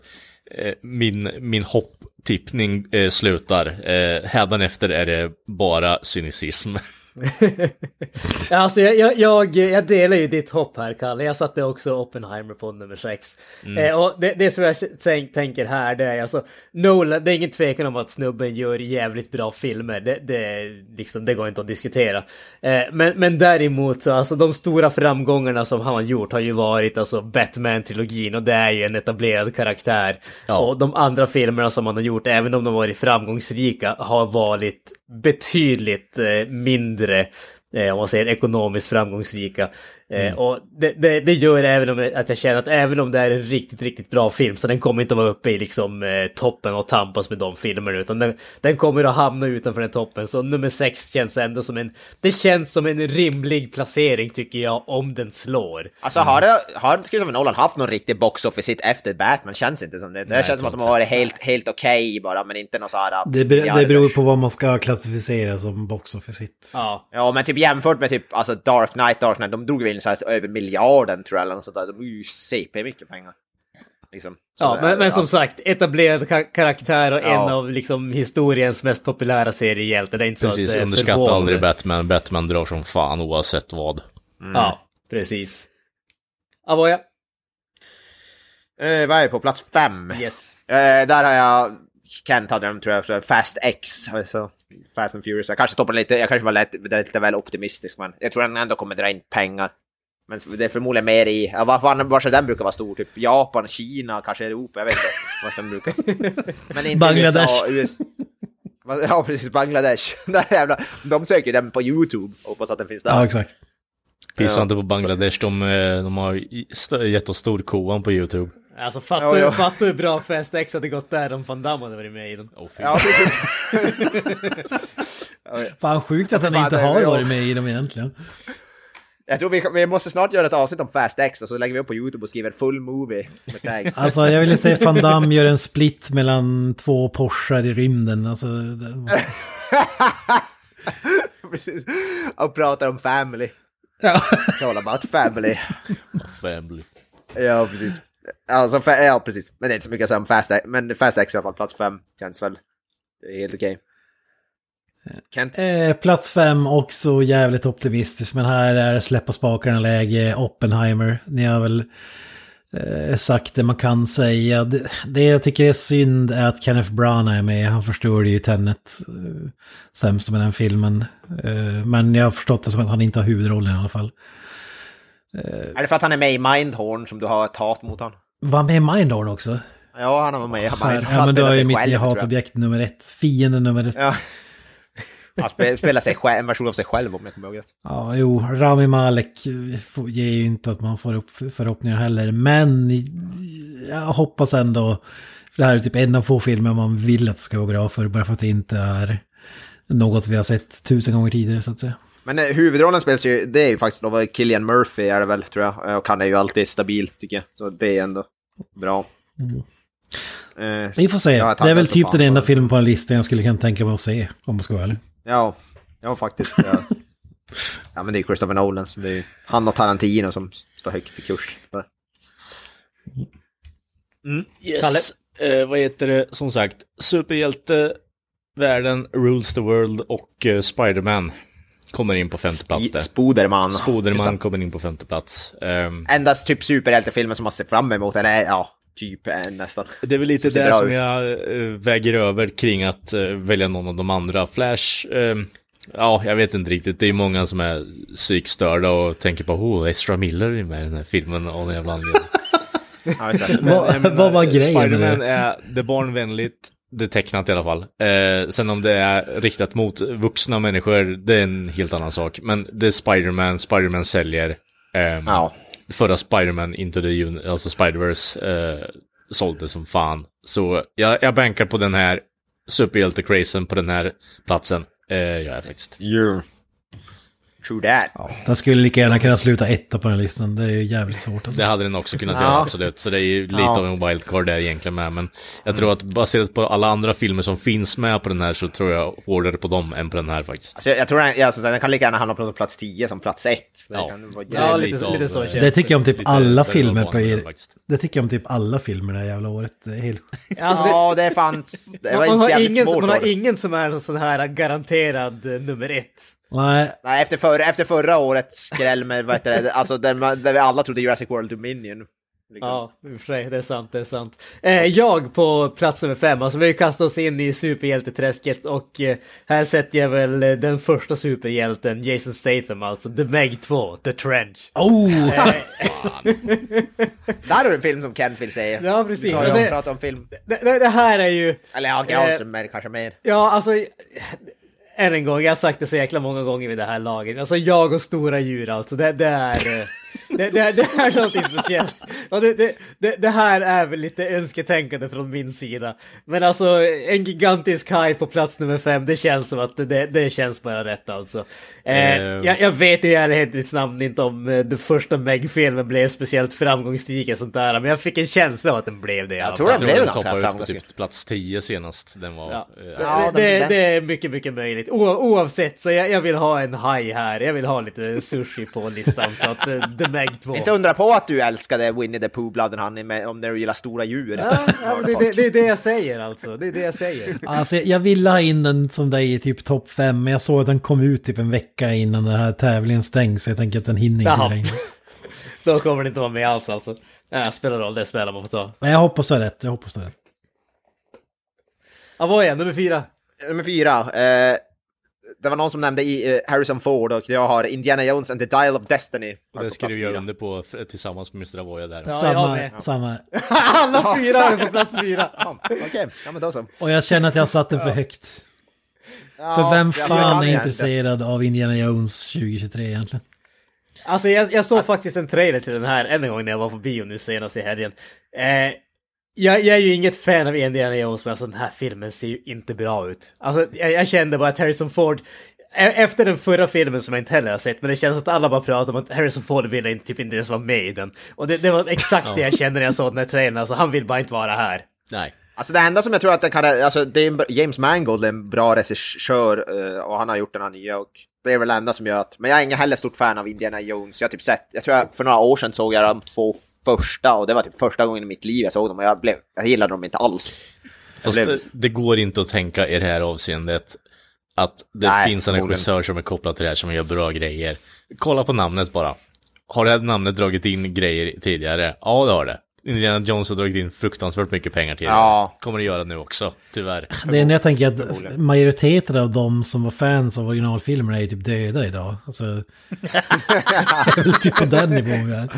min hopptippning slutar. Hädanefter är det bara cynism. Alltså jag delar ju ditt hopp här, Kalle. Jag satte också Oppenheimer på nummer 6. Och det som jag tänker här, det är alltså Nolan, det är ingen tvekan om att snubben gör jävligt bra filmer. Det går inte att diskutera. Men däremot så, alltså de stora framgångarna som han har gjort har ju varit alltså Batman-trilogin, och det är ju en etablerad karaktär. Ja. Och de andra filmerna som han har gjort, även om de varit framgångsrika, har varit betydligt mindre, om man säger ekonomiskt framgångsrika. Och det gör även att jag känner att även om det är en riktigt, riktigt bra film, så den kommer inte vara uppe i liksom toppen och tampas med de filmerna, utan den kommer att hamna utanför den toppen. Så nummer 6 känns ändå som det känns som en rimlig placering, tycker jag, om den slår. Alltså har Christopher Nolan haft någon riktig box office hit efter Batman? Känns inte som det. Det känns som att de har varit helt okej bara, men inte någon så här... Det beror på vad man ska klassificera som box office hit. Ja, men typ jämfört med typ alltså Dark Knight, de drog väl så här över miljarden, tror jag, eller något sånt där. De är ju CP mycket pengar. Liksom. Men som sagt, etablerad karaktär och en av liksom historiens mest populära seriehjältar. Det är inte precis, så att underskatta aldrig Batman. Batman drar som fan oavsett vad. Ja, precis. Avoya? Vad är på plats 5? Yes. Där har jag Kent hade dem, tror jag, Fast X, alltså Fast and Furious. Jag kanske stoppar lite, jag kanske var lite väl optimistisk, men jag tror den ändå kommer dra in pengar. Men det är förmodligen mer i, var den brukar vara stor, typ Japan, Kina, kanske Europa, jag vet inte vart den brukar. Men inte Bangladesh. USA. Ja, precis, Bangladesh. De söker den på YouTube och hoppas att den finns där. Ja, exakt. Pissa inte på Bangladesh, de har gett oss storkovan på YouTube. Alltså fattar hur bra Fast X hade gått där om Van Damme hade varit med i den. Ja, precis. Fan sjukt att han inte har varit med i dem egentligen. Jag tror vi måste snart göra ett avsnitt om Fast X och så lägger vi upp på YouTube och skriver full movie med tags. Alltså jag ville säga Van Damme gör en split mellan 2 Porschar i rymden. Alltså, Precis. Och pratar om family. ja. It's all about family. Family. Ja, precis. Alltså, ja, precis. Men det är inte så mycket som Fast X. Men Fast X i alla fall, plats 5 känns väl. Det är helt okej. Kent? Plats 5 också jävligt optimistisk. Men här är släppa spakarna läge Oppenheimer. Ni har väl sagt det man kan säga. Det jag tycker är synd är att Kenneth Branagh är med. Han förstörde ju Tenet sämst med den filmen. Men jag har förstått det som att han inte har huvudrollen i alla fall. Är det för att han är med i Mindhorn som du har ett hat mot han? Var han med i Mindhorn också? Ja, han var med i Mindhorn. Ja, men då är ju mitt hatobjekt nummer 1. Fienden nummer 1. Ja. Han spelar sig själv, en version av sig själv om jag kommer ihåg det. Ja, jo, Rami Malek ger ju inte att man får upp förhoppningar heller. Men jag hoppas ändå, för det här är typ en av få filmer man vill att det ska gå bra för, bara för att det inte är något vi har sett 1000 gånger tidigare så att säga. Men huvudrollen spelas ju, det är ju faktiskt då Cillian Murphy är det väl, tror jag. Och han är ju alltid stabil, tycker jag. Så det är ändå bra. Vi får se. Det är väl typ den enda filmen på en lista jag skulle kunna tänka mig att se, om man ska vara ärlig. Ja, faktiskt. Ja, men det är Christopher Nolan, så det är han och Tarantino som står högt i kurs. Yes. Vad heter det? Som sagt, superhjältevärlden rules the world och Spider-Man kommer in på 5:e plats där. Spoderman kommer in på 5:e plats. Endast typ superhjältefilmer som man ser fram emot, eller ja, typ nästan. Det är väl lite det som jag väger över kring att välja någon av de andra. Flash, ja, jag vet inte riktigt. Det är många som är psykstörda och tänker på Ezra Miller är med i den här filmen av den jävla anledningen. Vad var grejen? Spider-Man är barnvänligt. Det är tecknat i alla fall. Sen om det är riktat mot vuxna människor, det är en helt annan sak. Men det är Spider-Man säljer. Förra Spider-Man Into the alltså Spider-Verse sålde som fan. Så jag bankar på den här superhjälte-crazen på den här platsen. Jag är faktiskt. Yeah. True that. Ja, den skulle lika gärna kunna sluta 1 på den listan. Det är ju jävligt svårt. Alltså. Det hade den också kunnat göra, absolut. Så det är ju lite av en wildcard där egentligen med. Men jag tror att baserat på alla andra filmer som finns med på den här så tror jag hårdare på dem än på den här faktiskt. Alltså, jag tror den kan lika gärna hamna på plats 10 som plats 1. Lite så känns det. Tycker jag om typ alla filmer på er. Det tycker jag om typ alla filmer det här jävla året. Det är helt... Ja, det fanns. Det var man har ingen som är sån här garanterad nummer 1. Nej, efter förra årets skräll med, vad heter det, alltså där vi alla trodde Jurassic World Dominion. Liksom. Ja, för sig, det är sant. Jag på plats nummer 5, alltså vi har ju kastat oss in i superhjälteträsket och här sätter jag väl den första superhjälten, Jason Statham, alltså The Meg 2, The Trench. Där har du en film som Kent vill säga. Ja, precis. Vi sa ju prata om film. Det här är ju... Eller ja, Granström är kanske mer. Ja, alltså... Än en gång, jag har sagt det så jäkla många gånger vid det här laget. Alltså jag och stora djur, alltså det är någonting speciellt. Och det här är väl lite önsketänkande från min sida. Men alltså en gigantisk haj på plats nummer 5, det känns som att det känns bara rätt alltså. Jag vet i ärlighetens namn inte om den första Meg-filmen blev speciellt framgångsrik och sånt där. Men jag fick en känsla av att den blev det. Jag tror den blev ganska framgångsrik. På typ plats 10 senast. Den var, det är mycket, mycket möjligt. Oavsett så jag vill ha en haj här. Jag vill ha lite sushi på listan så att The Meg 2. Inte undra på att du älskade Winnie the Pooh-bladen han med om när du gillar stora djur. Det är det jag säger alltså. Det är det jag säger. Alltså jag ville ha in den som dig i typ topp 5, men jag såg att den kom ut typ en vecka innan den här tävlingen stängs, så jag tänker att den hinner inte längre. Då kommer det inte vara med alls alltså. Spelar roll, det spelar man får ta. Men jag hoppas det är rätt, Ja, vad är nummer 4? Nummer 4, det var någon som nämnde Harrison Ford och jag har Indiana Jones and the Dial of Destiny. Och det skrev jag under på tillsammans med Mr. Avoya där. Ja, samma. Alla 4 är på plats 4. Okej, ja men då så. Och jag känner att jag satt den för högt. För vem fan är intresserad av Indiana Jones 2023 egentligen? Alltså jag såg faktiskt en trailer till den här en gång när jag var på bio nu senast i helgen. Jag är ju inget fan av Indiana Jones, men alltså den här filmen ser ju inte bra ut. Alltså jag kände bara att Harrison Ford, efter den förra filmen som jag inte heller har sett, men det känns att alla bara pratar om att Harrison Ford vill typ inte ens vara med i den. Och det var exakt det jag kände när jag såg den här trailern, alltså han vill bara inte vara här. Nej. Alltså det enda som jag tror att det kan, alltså det är James Mangold är en bra regissör och han har gjort den här nya och det är väl det enda som gör att, men jag är ingen heller stort fan av Indiana Jones. Jag tror för några år sedan såg jag de 2 första och det var typ första gången i mitt liv jag såg dem och jag gillade dem inte alls. Det går inte att tänka i det här avseendet att det finns en regissör som är kopplad till det här som gör bra grejer. Kolla på namnet bara. Har det här namnet dragit in grejer tidigare? Ja, det har det. Indiana Jones har dragit in fruktansvärt mycket pengar tidigare. Ja. Kommer det göra nu också, tyvärr. Det är när jag tänker att majoriteten av de som var fans av originalfilmerna är typ döda idag. Alltså, det är väl typ på den nivån här.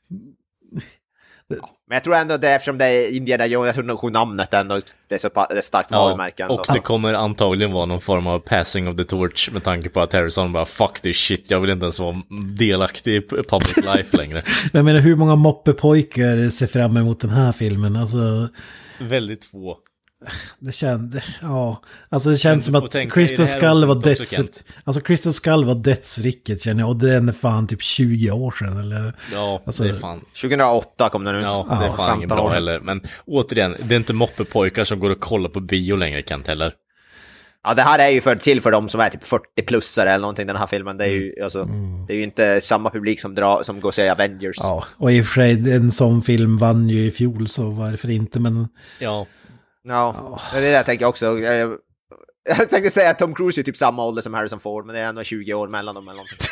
Men jag tror ändå det, eftersom det är Indiana Jones, jag tror nog namnet ändå, det är starkt varumärke. Och det kommer antagligen vara någon form av passing of the torch med tanke på att Harrison bara fuck this shit, jag vill inte ens vara delaktig i public life längre. Jag menar, hur många moppepojkar ser fram emot den här filmen? Alltså, väldigt få. Det känns som att Crystal Skull var dödsricket, känner jag, och den är fan typ 20 år sedan eller. Ja, alltså, det är fan 2008 kom den ut. Ja, det är fan ingen bra heller, men återigen, det är inte moppepojkar som går och kollar på bio längre, Kent, heller. Ja, det här är ju för dem som är typ 40-plussare eller någonting, den här filmen. Det är ju, alltså, det är ju inte samma publik som går och säger Avengers. Ja, och i och för sig, en sån film vann ju i fjol, så varför inte, men. Ja, det är det jag tänker också. Jag tänkte säga att Tom Cruise är typ samma ålder som Harrison Ford, men det är ändå 20 år mellan dem eller någonting.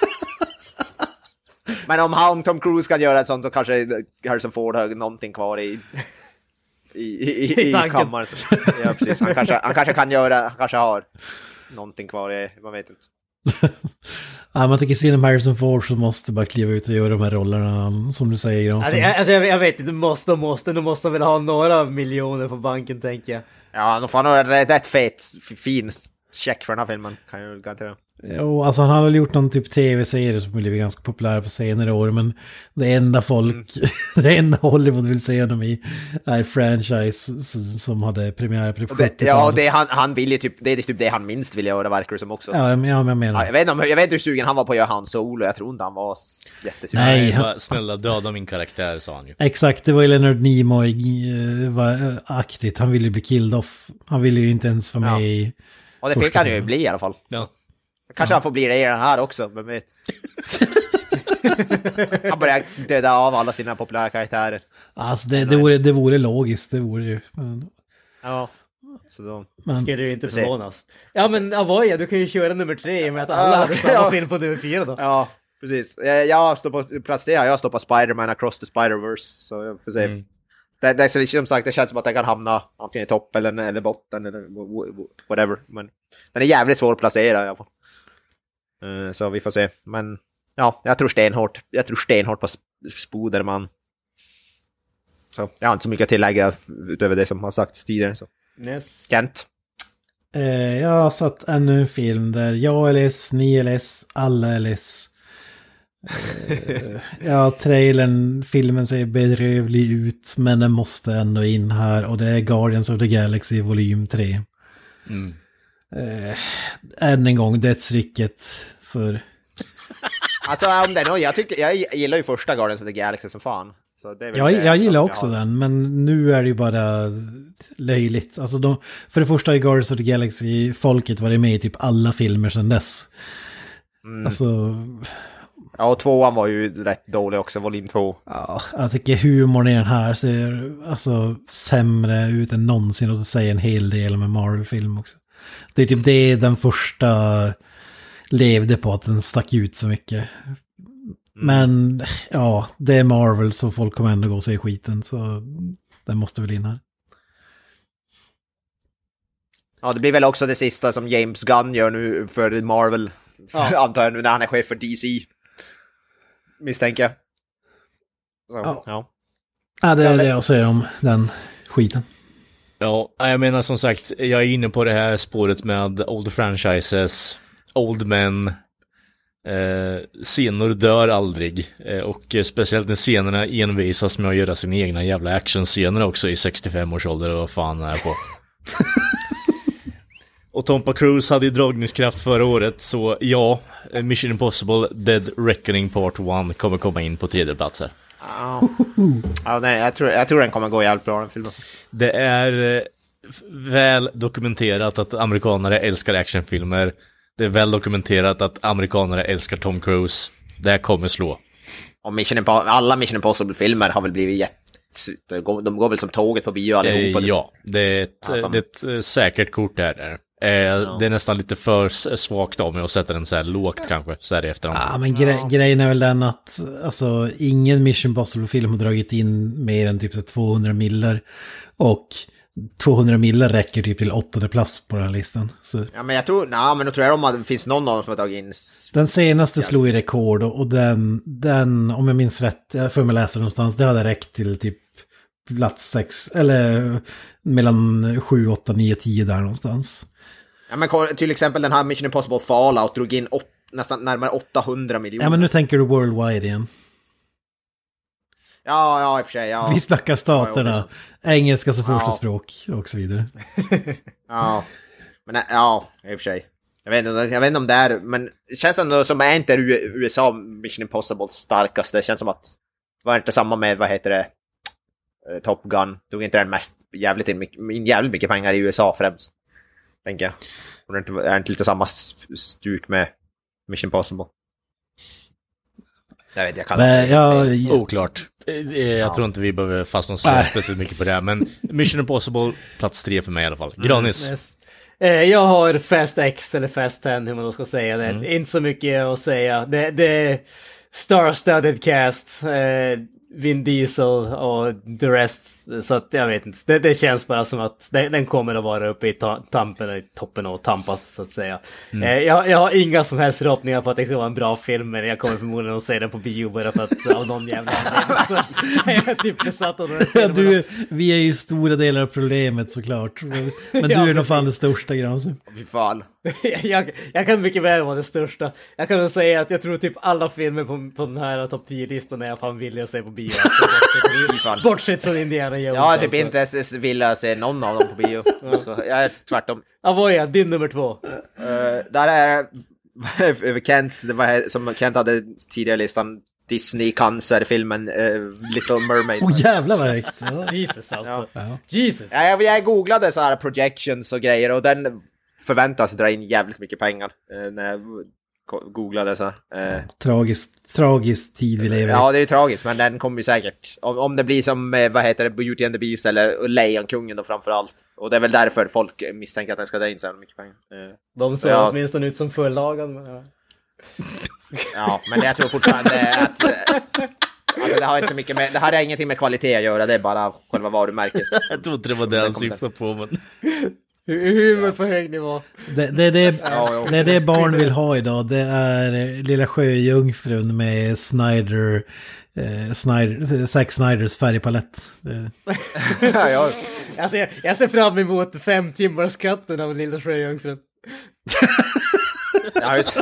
Men om Tom Cruise kan göra ett sånt, så kanske Harrison Ford har någonting kvar i kammaren. Ja, precis. Han kanske kan göra, han kanske har någonting kvar, man vet inte. Ja, man tycker synd om Harrison Ford, så måste bara kliva ut och göra de här rollerna, som du säger. Alltså, jag vet inte, du måste väl ha några miljoner på banken, tänker jag. Ja, de får nog rätt fin check för den här filmen, kan jag garantera. Jo, alltså han har väl gjort någon typ tv-serie som blivit ganska populär på senare år, men det enda det enda Hollywood vill se honom i är franchise som hade premiär på 70-talet. Ja, han vill ju typ, det är typ det han minst vill göra, verkar det som också. Ja, men jag menar. Ja, jag vet hur sugen han var på att göra Han Solo, jag tror inte han var jättesugen. Nej, snälla döda min karaktär, sa han ju. Exakt, det var ju Leonard Nimoy var aktigt, han ville bli killed off. Han ville ju inte ens vara med i. Och det fick han ju bli i alla fall. Ja. Kanske han får bli det i den här också, men vet. Han börjar döda av alla sina populära karaktärer. Alltså det vore logiskt, det vore ju. Ja. Så då skulle du inte förvånas. Ja, men Avoya, du kan ju köra nummer 3 med att alla hade samma film på nummer 4 då. Ja, precis. Jag står på plats det, jag står på Spider-Man Across the Spider-Verse, så jag får se. Det är som sagt, det känns som att den kan hamna antingen i topp eller botten eller whatever, men den är jävligt svår att placera i alla fall. Så vi får se. Men ja, jag tror stenhårt på Spoderman. Så jag har inte så mycket att tillägga utöver det som har sagts tidigare. Så. Yes. Kent? Jag har satt ännu en film där jag är less, ni är less, alla är less. Filmen ser bedrövlig ut, men den måste ändå in här, och det är Guardians of the Galaxy volym 3. Än en gång dödsricket för. Alltså om det är någon, jag gillar ju första Guardians of the Galaxy som fan. Så det är jag gillar också den, men nu är det ju bara löjligt. Alltså för det första är Guardians of the Galaxy folket varit med i typ alla filmer sedan dess. Alltså. Ja, och 2:an var ju rätt dålig också, volym 2. Ja, jag tycker humorn i den här ser alltså sämre ut än någonsin, och det säger en hel del med Marvel-film också. Det är typ det den första levde på, att den stack ut så mycket. Men ja, det är Marvel, så folk kommer ändå gå och se skiten, så den måste väl in här. Ja, det blir väl också det sista som James Gunn gör nu för Marvel, antar jag, nu när han är chef för DC. Misstänker jag. Så, ja, det är det jag säger om den skiten. Ja, jag menar som sagt, jag är inne på det här spåret med old franchises, old men, scener dör aldrig, och speciellt när scenerna envisas med att göra sina egna jävla actionscener också i 65 års ålder, och vad fan är jag på. Och Tom Cruise hade ju dragningskraft förra året, så ja, Mission Impossible Dead Reckoning Part 1 kommer komma in på 3:e plats här. Nej, jag tror den kommer gå jävligt bra, den filmen. Det är väl dokumenterat att amerikanare älskar actionfilmer. Det är väl dokumenterat att amerikanare älskar Tom Cruise. Det här kommer slå. Och alla Mission Impossible-filmer har väl blivit de går väl som tåget på bio allihopa. Ja, det är ett säkert kort där. Det är nästan lite för svagt av mig att sätta den så här lågt kanske, så här i efterhand. Ja, men grejen är väl den att alltså, ingen Mission Impossible-film har dragit in mer än typ 200 miller. Och 200 miller räcker typ till 8:e plats på den här listan. Så. Ja, men då tror jag att det finns någon av dem som har tagit in... Den senaste slog i rekord och den, om jag minns rätt, jag får mig läsa någonstans, det hade räckt till typ plats 6, eller mellan 7, 8, 9, 10 där någonstans. Ja, men till exempel den här Mission Impossible Fallout drog in nästan närmare 800 miljoner. Ja, men nu tänker du worldwide igen. Ja, i och för sig. Ja. Vi snackar staterna, engelska som första språk och så vidare. Ja, men i och för sig. Jag vet inte om det är, men det känns ändå som att inte USA Mission Impossible starkaste. Det känns som att det var inte samma med, Top Gun. Tog inte den mest jävligt mycket pengar i USA främst, tänker jag. Och det är inte lite samma stuk med Mission Impossible. Jag vet, jag kallar oklart. Jag tror inte vi behöver fastna så speciellt mycket på det här, men Mission Impossible plats 3 för mig i alla fall. Granis. Yes. Jag har Fast X eller Fast 10, hur man då ska säga det. Inte så mycket att säga. Det är star-studded cast, Vin Diesel och the rest, så att jag vet inte. Det känns bara som att den kommer att vara uppe i toppen och tampas, så att säga. Jag har inga som helst förhoppningar på att det ska vara en bra film, men jag kommer förmodligen att se den på bio bara för att av någon jävla anledning så är jag typ besatt av den filmen. Vi är ju stora delar av problemet såklart, men du är nog fan det största, Granström. Fy fan. Jag kan mycket väl vara det största. Jag kan nog säga att jag tror typ alla filmer på den här topp 10-listan är jag fan villig att se på bio. Bortsett från Indiana Jones. Ja, typ inte ens vill jag se någon av dem på bio. Jag är tvärtom. Vad är din nummer 2? Där är Kents, som Kent hade tidigare listan, Disney-cancer-filmen Little Mermaid. Jävlar vad räckt. Jesus alltså. Ja. Jesus. Jag googlade så här projections och grejer, och den förväntas dra in jävligt mycket pengar när jag googlade så. Tragiskt tid vi lever i. Ja, det är ju tragiskt, men den kommer ju säkert. Om det blir som, Beauty and the Beast eller Lejonkungen då framförallt. Och det är väl därför folk misstänker att den ska dra in så mycket pengar. De ser åtminstone ut som förlagan. Men... Ja, men jag tror fortfarande att... Alltså det har inte mycket med, det här är ingenting med kvalitet att göra, det är bara själva varumärket. Jag tror inte det var det han syftade på, men... Humor på hög nivå. Det är det barn vill ha idag. Det är Lilla Sjöjungfrun med Zack Snyders färgpalett. Alltså jag ser fram emot 5 timmars katten av Lilla Sjöjungfrun. Ja, just.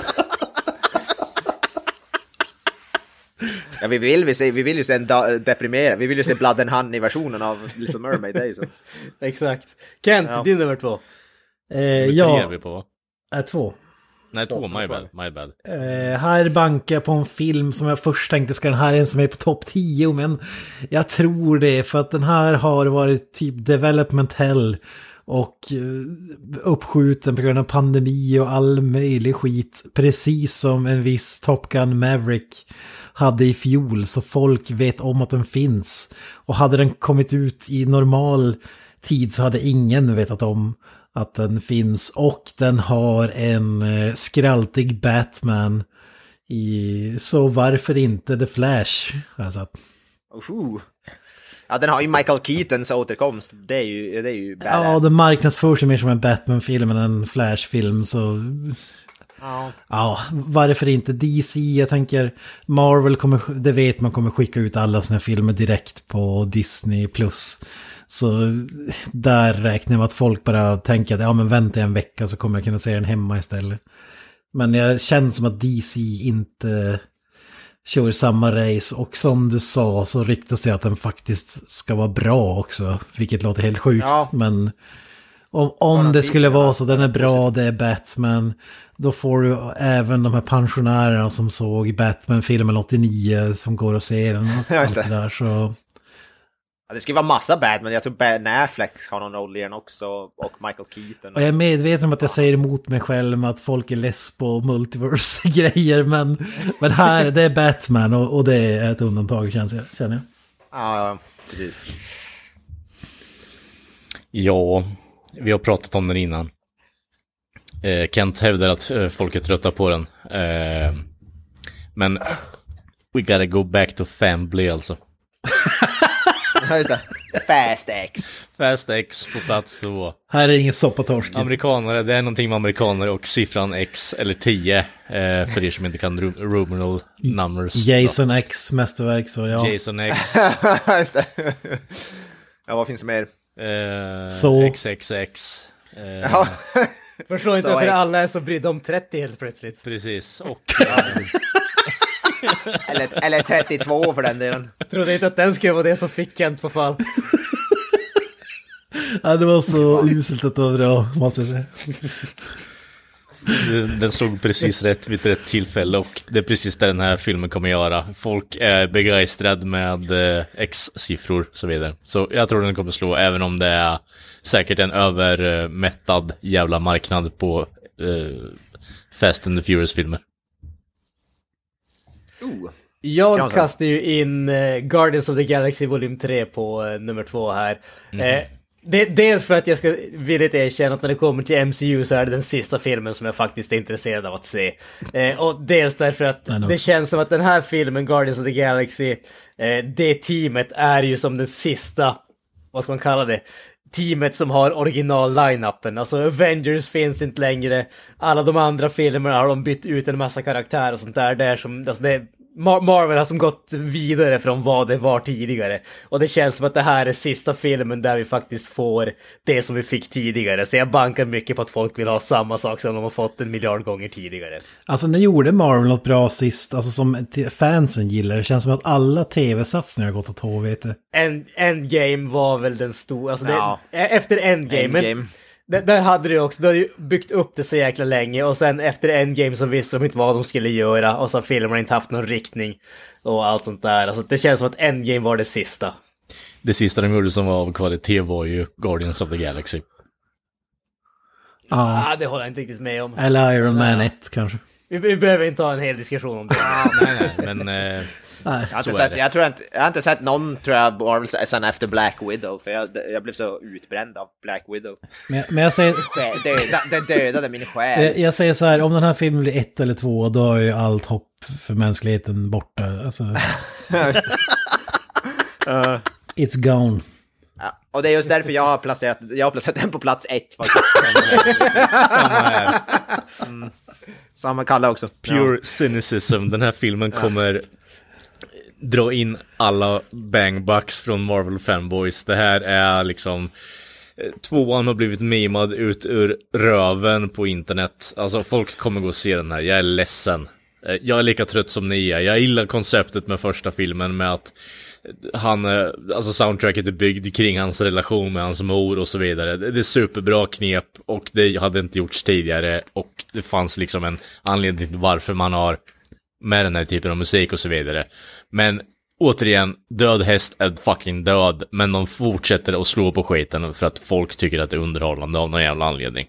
Ja, vi vill ju se en deprimerad. Vi vill ju se Blood and Honey-versionen av Little Mermaid. Det är så. Exakt. Kent, din nummer 2. Ja, vi på? 2. Nej, 2, my bad. Här bankar jag på en film som jag först tänkte ska den här en som är på topp 10, men jag tror det för att den här har varit typ development hell och uppskjuten på grund av pandemi och all möjlig skit, precis som en viss Top Gun Maverick hade i fjol, så folk vet om att den finns. Och hade den kommit ut i normal tid så hade ingen vetat om att den finns. Och den har en skraltig Batman så varför inte The Flash? Alltså. Ja, den har ju Michael Keatons återkomst. Det är ju badass. Ja, den marknadsförs mer som en Batman-film än en Flash-film, så... Ja, varför inte DC? Jag tänker Marvel det vet man kommer skicka ut alla sina filmer direkt på Disney+. Så där räknar jag med att folk bara tänker att men vänta en vecka så kommer jag kunna se den hemma istället. Men jag känner som att DC inte kör samma race, och som du sa så ryktas det att den faktiskt ska vara bra också, vilket låter helt sjukt, men Om det skulle vara så, den är bra, det är Batman. Då får du även de här pensionärerna som såg Batman-filmen 89 som går och ser den. Allt det där, så... Ja, det ska vara massa Batman. Jag tror Ben Affleck har någon roll i den också. Och Michael Keaton. Och jag är medveten om att jag säger emot mig själv med att folk är less på multiverse-grejer. Men här, det är Batman och det är ett undantag, känner jag. Ja, precis. Ja, vi har pratat om den innan. Kent hävdar att folk är trötta på den. Men we gotta go back to family alltså. Just det. Fast X på plats 2. Här är ingen soppatorsk. Amerikanare, det är någonting med amerikanare och siffran X eller 10 för er som inte kan numeral numbers. Jason X mästerverk, så ja. Jason X. Just det. Ja, vad finns mer? Så. XXX. Ja. Förstår inte varför alla är så brydda om 30 helt plötsligt. Precis. Och eller 32 för den delen. Jag trodde inte att den skulle vara det som fick Kent på fall. Ja, det var så uselt att det var bra, måste jag säga. Den slog precis rätt vid rätt tillfälle och det är precis det den här filmen kommer göra. Folk är begeistrade med X-siffror och så vidare. Så jag tror den kommer slå, även om det är säkert en övermättad jävla marknad på Fast and the Furious-filmer. Jag kastar ju in Guardians of the Galaxy volym 3 på nummer 2 här. Dels för att jag ska villigt erkänna att när det kommer till MCU så är det den sista filmen som jag faktiskt är intresserad av att se. Och dels därför att det känns som att den här filmen, Guardians of the Galaxy, det teamet är ju som den sista, vad ska man kalla det, teamet som har original-line-upen. Alltså Avengers finns inte längre. Alla de andra filmerna har de bytt ut en massa karaktärer och sånt där. Det är som, alltså det Marvel har som gått vidare från vad det var tidigare. Och det känns som att det här är sista filmen där vi faktiskt får det som vi fick tidigare. Så jag bankar mycket på att folk vill ha samma sak som de har fått 1 miljard gånger tidigare. Alltså när gjorde Marvel något bra sist? Alltså som fansen gillar. Det känns som att alla tv-satsningar har gått åt HVT. Endgame var väl den stora. Alltså efter Endgame. Där hade du också, du hade ju byggt upp det så jäkla länge och sen efter Endgame så visste de inte vad de skulle göra och så har filmerna inte haft någon riktning och allt sånt där. Alltså det känns som att Endgame var det sista. Det sista de gjorde som var av kvalitet var ju Guardians of the Galaxy. Ja, det håller jag inte riktigt med om. Eller Iron Man 1 kanske. Vi behöver inte ha en hel diskussion om det. Nej, men... Jag har inte sett någon, tror jag, Marvel sen efter Black Widow, för jag blev så utbränd av Black Widow. Men jag säger... Den dödade min själ. Jag säger så här, om den här filmen blir 1 eller 2, då är ju allt hopp för mänskligheten borta. Alltså... It's gone. Ja, och det är just därför jag har placerat den på plats 1. Samma här. Samma Kalle också. Pure cynicism. Den här filmen kommer dra in alla bangbucks från Marvel fanboys. Det här är liksom... 2:an har blivit memad ut ur röven på internet. Alltså folk kommer gå och se den här. Jag är ledsen. Jag är lika trött som ni är. Jag gillar konceptet med första filmen med att alltså soundtracket är byggd kring hans relation med hans mor och så vidare. Det är superbra knep och det hade inte gjorts tidigare och det fanns liksom en anledning till varför man har med den här typen av musik och så vidare. Men återigen, död häst är fucking död, men de fortsätter att slå på skiten för att folk tycker att det är underhållande av någon jävla anledning.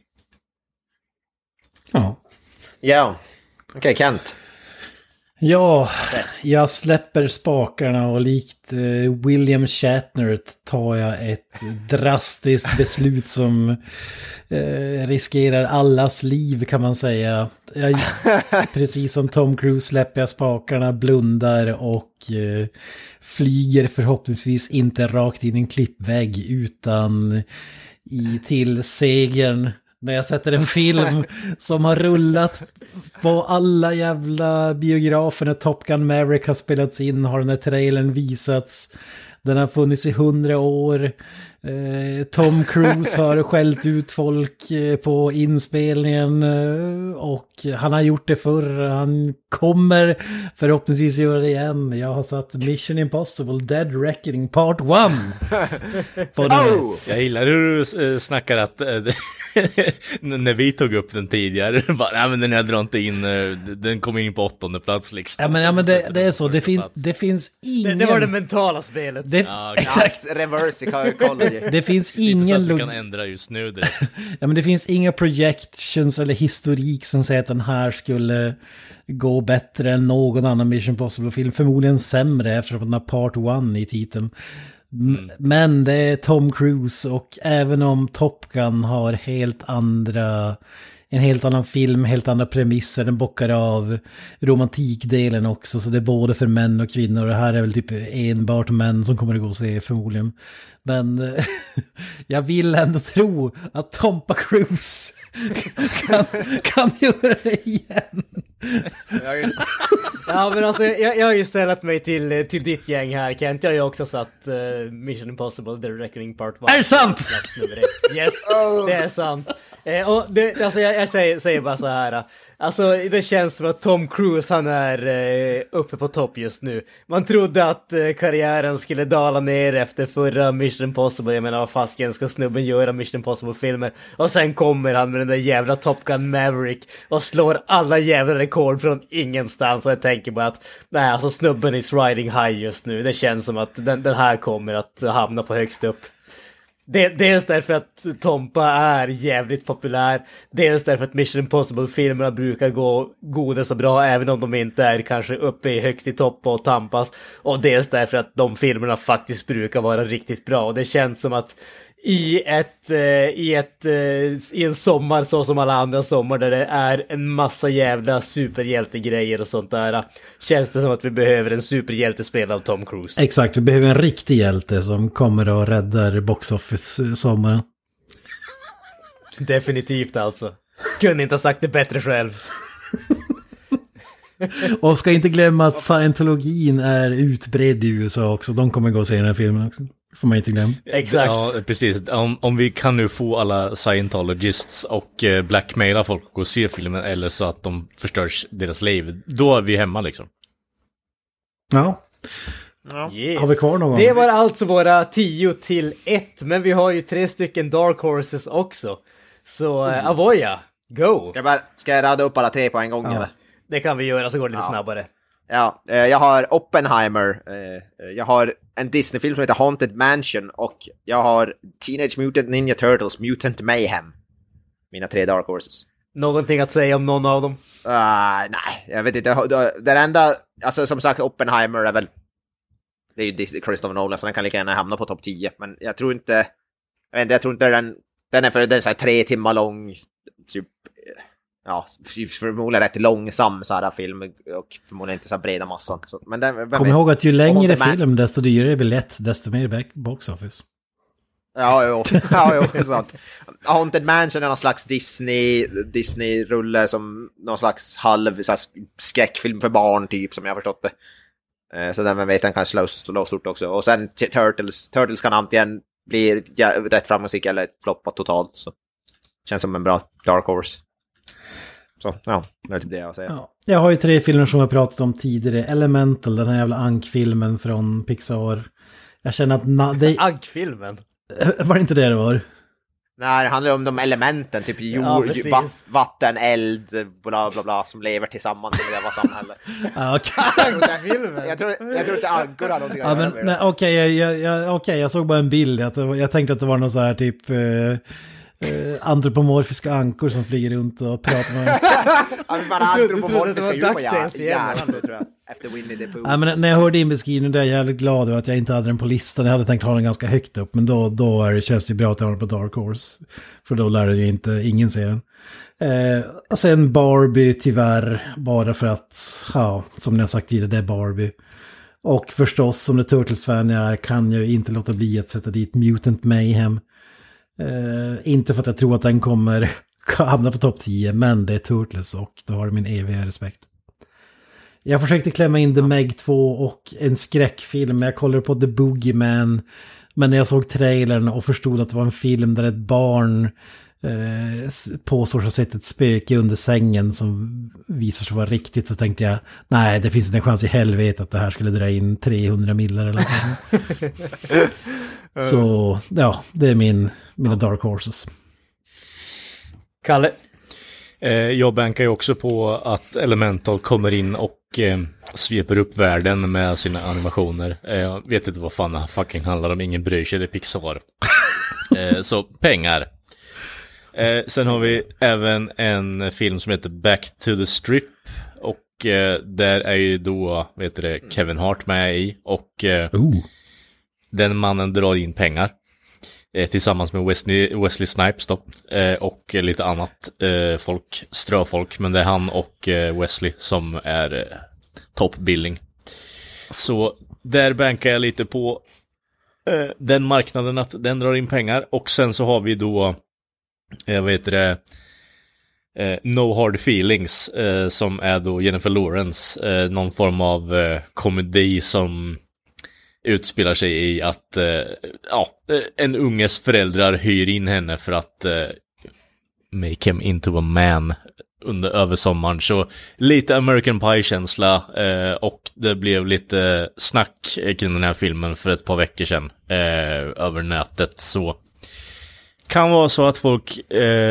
Ja. Okej, Kent. Ja, jag släpper spakarna och likt William Shatner tar jag ett drastiskt beslut som riskerar allas liv, kan man säga. Precis som Tom Cruise släpper jag spakarna, blundar och flyger förhoppningsvis inte rakt in i en klippvägg utan till segern. När jag sätter en film som har rullat på alla jävla biografer när Top Gun Maverick har spelats in, har den här trailern visats. Den har funnits i 100 år. Tom Cruise har skällt ut folk på inspelningen och han har gjort det förr. Han kommer förhoppningsvis göra det igen. Jag har satt Mission Impossible Dead Reckoning Part 1 på oh! Jag gillar hur du snackar att när vi tog upp den tidigare bara, nej men den här drar inte in, den kommer in på 8:e plats liksom. Ja men det är så, det finns ingen... Det var det mentala spelet. Exakt, reverse psychology. Det finns ingen... Du kan ändra just nu direkt. Ja men det finns inga projections eller historik som säger att den här skulle gå bättre än någon annan Mission Impossible-film. Förmodligen sämre eftersom den har Part 1 i titeln. Men det är Tom Cruise och även om Top Gun har en helt annan film, helt andra premisser, den bockar av romantikdelen också, så det är både för män och kvinnor. Det här är väl typ enbart män som kommer att gå och se förmodligen. Men jag vill ändå tro att Tompa Cruise kan göra det igen. Ja men alltså jag har ju ställt mig till ditt gäng här, Kent. Jag har ju också satt Mission Impossible The Reckoning Part 1. Är det sant? Yes, det är sant. Och det, alltså jag säger bara så här. Alltså det känns som att Tom Cruise han är uppe på topp just nu. Man trodde att karriären skulle dala ner efter förra Mission Impossible. Jag menar vad fasken ska snubben göra Mission Impossible-filmer. Och sen kommer han med den där jävla Top Gun Maverick och slår alla jävla rekord från ingenstans. Och jag tänker bara att nej, alltså snubben is riding high just nu. Det känns som att den här kommer att hamna på högst upp. Dels därför att Tompa är jävligt populär. Dels därför att Mission Impossible-filmerna brukar gå goda så bra även om de inte är kanske uppe i högst i topp och tampas. Och dels därför att de filmerna faktiskt brukar vara riktigt bra. Och det känns som att i en sommar så som alla andra sommar där det är en massa jävla superhjältegrejer och sånt där, känns det som att vi behöver en superhjältespel av Tom Cruise. Exakt, vi behöver en riktig hjälte som kommer och räddar box office sommaren. Definitivt alltså. Kunde inte ha sagt det bättre själv. Och ska inte glömma att scientologin är utbredd i USA också. De kommer gå och se den här filmen också. Får man inte glömma. Exakt. Ja, precis. Om vi kan nu få alla scientologists och blackmaila folk att gå och se filmen eller så att de förstörs deras liv, då är vi hemma liksom. Ja. Yes. Har vi kvar någon? Det var alltså våra 10-1, men vi har ju 3 stycken Dark Horses också. Så Avoya, go! Ska jag rada upp alla 3 på en gång eller? Det kan vi göra, så går det lite snabbare. Ja, jag har Oppenheimer, jag har en Disney-film som heter Haunted Mansion och jag har Teenage Mutant Ninja Turtles Mutant Mayhem. Mina 3 Dark Horses. Någonting att säga om någon av dem? Nej, jag vet inte. Den enda, alltså som sagt, Oppenheimer är väl, det är ju Christopher Nolan så den kan lika gärna hamna på topp 10. Men jag tror inte, jag tror inte den är för den är så här 3 timmar lång, typ. Ja, förmodligen rätt långsam så här film och förmodligen inte så här breda massan. Så, men kom ihåg att ju längre film desto dyrare biljett, desto mer box office. Ja, jo, sant. Haunted Mansion är någon slags Disney-rulle som någon slags halv så här, skräckfilm för barn typ som jag har förstått det. Så den vet den kan slå stort också. Och sen Turtles kan antingen bli rätt framgångsrik eller floppa totalt. Så känns som en bra Dark Horse. Så, ja, det är typ det jag säger. Ja, jag har ju 3 filmer som jag pratat om tidigare. Elemental, den här jävla Ank-filmen från Pixar. Jag känner att... Ank-filmen? Var det inte det var? Nej, det handlar om de elementen, typ jord, vatten, eld, bla bla bla, som lever tillsammans i det samhälle. Jag tror inte ankor har någonting att göra med det. Okej, jag såg bara en bild. Jag tänkte att det var någon så här typ... antropomorfiska ankor som flyger runt och pratar med... Bara antropomorfiska djur tror jag. Efter Winnie the Pooh. Ja, men när jag hörde din beskrivning där är jag jävligt glad över att jag inte hade den på listan. Jag hade tänkt ha den ganska högt upp. Men då känns det bra att jag har den på Dark Horse. För då lär ju ingen se den. Och sen Barbie tyvärr. Bara för att, ja, som ni har sagt tidigare, det är Barbie. Och förstås, som det Turtles-fan jag är, kan jag inte låta bli att sätta dit Mutant Mayhem. Inte för att jag tror att den kommer hamna på topp 10, men det är Turtles och då har det min eviga respekt. Jag försökte klämma in The Meg 2 och en skräckfilm. Jag kollade på The Boogeyman. Men när jag såg trailern och förstod att det var en film där ett barn påstår sig ha sett ett spöke under sängen som visar sig vara riktigt, så tänkte jag, nej, det finns inte en chans i helvete att det här skulle dra in 300 millar eller något. Så ja, det är mina Dark Horses. Kalle? Jag bankar ju också på att Elemental kommer in och sveper upp världen med sina animationer. Jag vet inte vad fan det här fucking handlar om, ingen bryr sig, det är Pixar. Så pengar. Sen har vi även en film som heter Back to the Strip. Och där är ju då, Kevin Hart med i. Och den mannen drar in pengar. Tillsammans med Wesley Snipes då. Och lite annat ströfolk. Men det är han och Wesley som är toppbilling. Så där bankar jag lite på den marknaden, att den drar in pengar. Och sen så har vi då No Hard Feelings, som är då Jennifer Lawrence, någon form av komedi som utspelar sig i att en unges föräldrar hyr in henne för att make him into a man under översommaren. Så lite American Pie-känsla, och det blev lite snack kring den här filmen för ett par veckor sedan över nätet. Så kan vara så att folk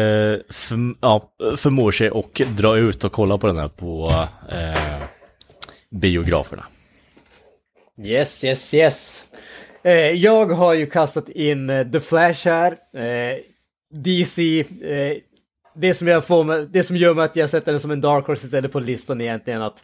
förmår sig och dra ut och kolla på den här på biograferna. Yes. Jag har ju kastat in The Flash här. DC, det som gör mig att jag sätter den som en Dark Horse istället på listan egentligen, att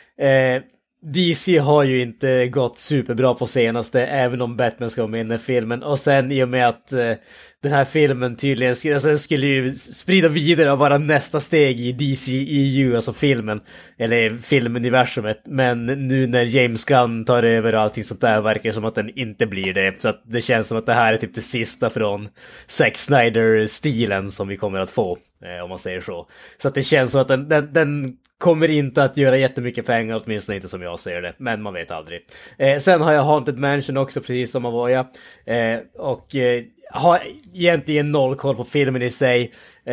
DC har ju inte gått superbra på senaste, även om Batman ska vara med i den här filmen. Och sen i och med att den här filmen tydligen skulle ju sprida vidare och vara nästa steg i DC-EU, alltså filmen, eller filmuniversumet. Men nu när James Gunn tar över och allting sånt där, verkar det som att den inte blir det. Så att det känns som att det här är typ det sista från Zack Snyder-stilen som vi kommer att få, om man säger så. Så att det känns som att den kommer inte att göra jättemycket pengar, åtminstone inte som jag ser det, men man vet aldrig. Sen har jag Haunted Mansion också, precis som Avoya. Och har egentligen noll koll på filmen i sig.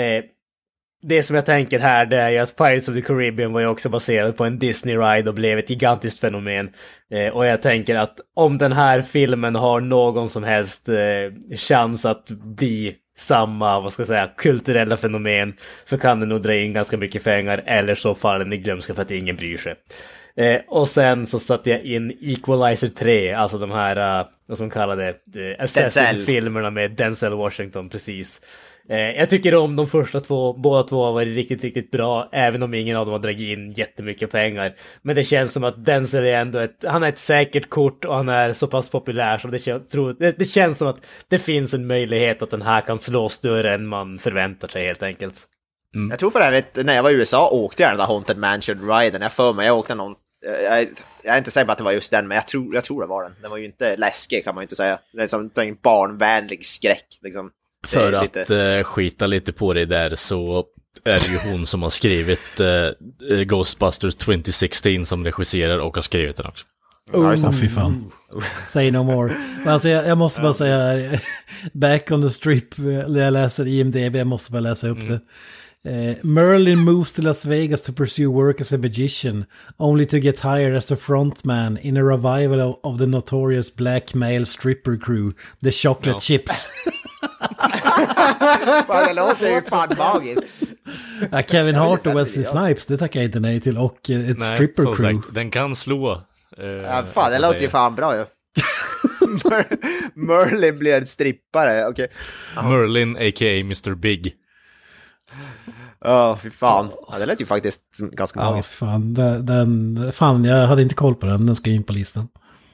Det som jag tänker här, det är ju att Pirates of the Caribbean var ju också baserad på en Disney-ride och blev ett gigantiskt fenomen. Och jag tänker att om den här filmen har någon som helst chans att bli samma, kulturella fenomen, så kan den nog dra in ganska mycket pengar, eller så faller den i glömska för att ingen bryr sig. Och sen så satte jag in Equalizer 3, alltså de här, vad som kallade Assassin-filmerna med Denzel Washington, precis. Jag tycker om de första två, båda två har varit riktigt, riktigt bra, även om ingen av dem har dragit in jättemycket pengar. Men det känns som att Denzel är ändå han är ett säkert kort, och han är så pass populär, så det känns som att det finns en möjlighet att den här kan slå större än man förväntar sig, helt enkelt. Jag tror för övrigt, när jag var i USA åkte jag den där Haunted Mansion-riden. Jag åkte någon, jag är inte säker på att det var just den, men jag tror det var den. Den var ju inte läskig, kan man ju inte säga. Det är som en barnvänlig skräck, liksom. För att skita lite på det där, så är det ju hon som har skrivit Ghostbusters 2016 som regisserar och har skrivit den också. Fy fan. Say no more. Alltså jag måste bara säga här, Back on the Strip, jag läser IMDb, jag måste bara läsa upp det. Merlin moves to Las Vegas to pursue work as a magician, only to get hired as a frontman in a revival of the notorious black male stripper crew, the Chocolate Chips. Det låter ju fan magiskt. Kevin Hart och Wesley Snipes, det tackar jag inte nej till, och ett stripper crew. Sagt, den kan slå. Fan, det låter ju fan bra ju. Merlin blir en strippare, okej. Merlin, a.k.a. Mr. Big. Fy fan. Ja, det lät ju faktiskt ganska magiskt. Fan, jag hade inte koll på den ska in på listan.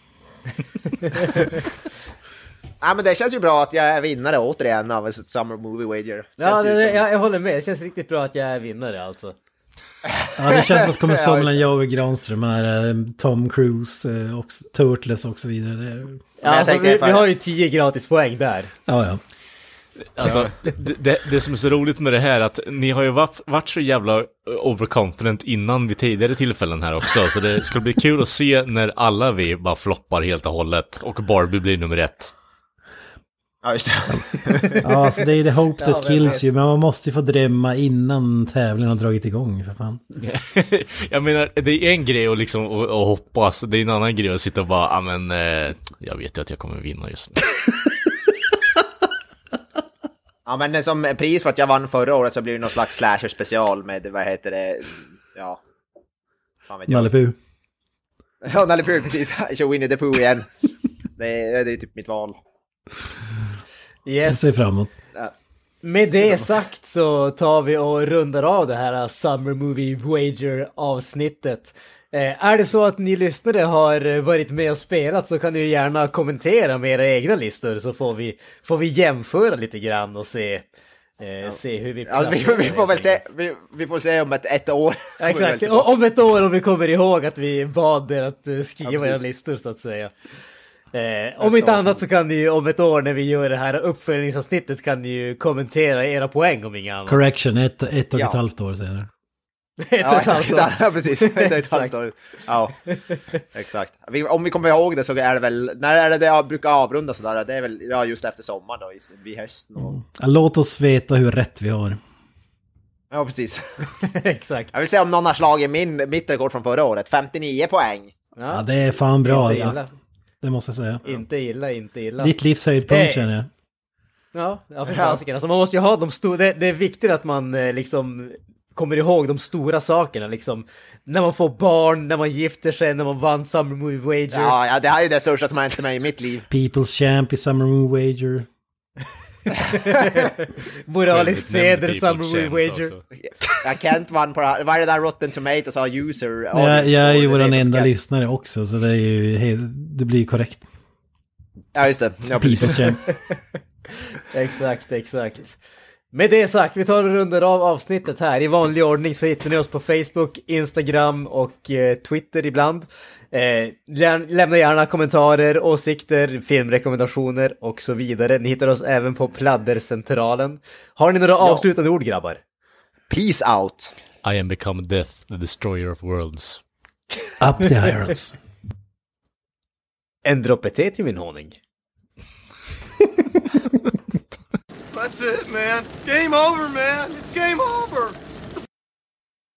Ja, men det känns ju bra att jag är vinnare återigen av ett Summer Movie Wager. Jag håller med, det känns riktigt bra att jag är vinnare, alltså. Ja, det känns som att det kommer stå mellan jag och Granström här, Tom Cruise och Turtles och så vidare. Ja, alltså, vi har ju 10 gratis poäng där. Ja. Alltså, det som är så roligt med det här att ni har ju varit så jävla overconfident innan vid tidigare tillfällen här också. Så det ska bli kul att se när alla vi bara floppar helt och hållet och Barbie blir nummer 1. Ja, just det. Ja, alltså det är the hope that kills you, men man måste ju få drömma innan tävlingen har dragit igång, för fan. Jag menar, det är en grej att liksom att hoppas, det är en annan grej att sitta och bara, men jag vet ju att jag kommer vinna just nu. Ja, men som pris för att jag vann förra året så blir det någon slags slasher special med, vad heter det, ja. Nalle Puh. Ja, Nalle Puh, precis. Jag kör Winnie the Pooh igen. Det är ju typ mitt val. Yes. Jag ser framåt. Ja. Med det sagt så tar vi och rundar av det här Summer Movie Wager avsnittet. Är det så att ni lyssnare har varit med och spelat så kan ni gärna kommentera med era egna listor, så får vi jämföra lite grann och se hur vi ja, vi får väl se, vi får se om ett år. Exakt, om ett år, om vi kommer ihåg att vi bad er att skriva era listor så att säga. Om inte annat så kan ni ju om ett år när vi gör det här uppföljningsavsnittet kan ni ju kommentera era poäng om inget annat. Correction, ett och ett halvt år senare. Ja, precis. Ett halvt år. Ja, exakt. Om vi kommer ihåg det så är det väl, när är det jag brukar avrunda sådär, det är väl just efter sommaren då, vid hösten. Låt oss veta hur rätt vi har. Ja, precis. Exakt. Jag vill se om någon har slagit mitt rekord från förra året, 59 poäng. Ja, det är fan bra alltså. Det måste jag säga. Inte illa. Ditt livs höjdpunkt känner jag. Ja, för fasiken. Alltså man måste ju ha de stora, det är viktigt att man liksom kommer ihåg de stora sakerna liksom. När man får barn, när man gifter sig, när man vann Summer Movie Wager. Ja, det här är ju det största som har hänt mig i mitt liv. People's Champ i Summer Movie Wager. Moraliskt seder Summer Movie Wager. Jag Kent vann på vad är det där Rotten Tomatoes har user. Jag är ju vår enda lyssnare också, så det är ju det blir korrekt. Ja, just det. Ja, People's Champ. Exakt. Med det sagt, vi tar och rundar av avsnittet här. I vanlig ordning så hittar ni oss på Facebook, Instagram och Twitter ibland. Lämna gärna kommentarer, åsikter, filmrekommendationer och så vidare. Ni hittar oss även på Pladdercentralen. Har ni några avslutande ord, grabbar? Peace out. I am become death, the destroyer of worlds. Up the irons. En droppe te till min honung. That's it, man. Game over, man. It's game over.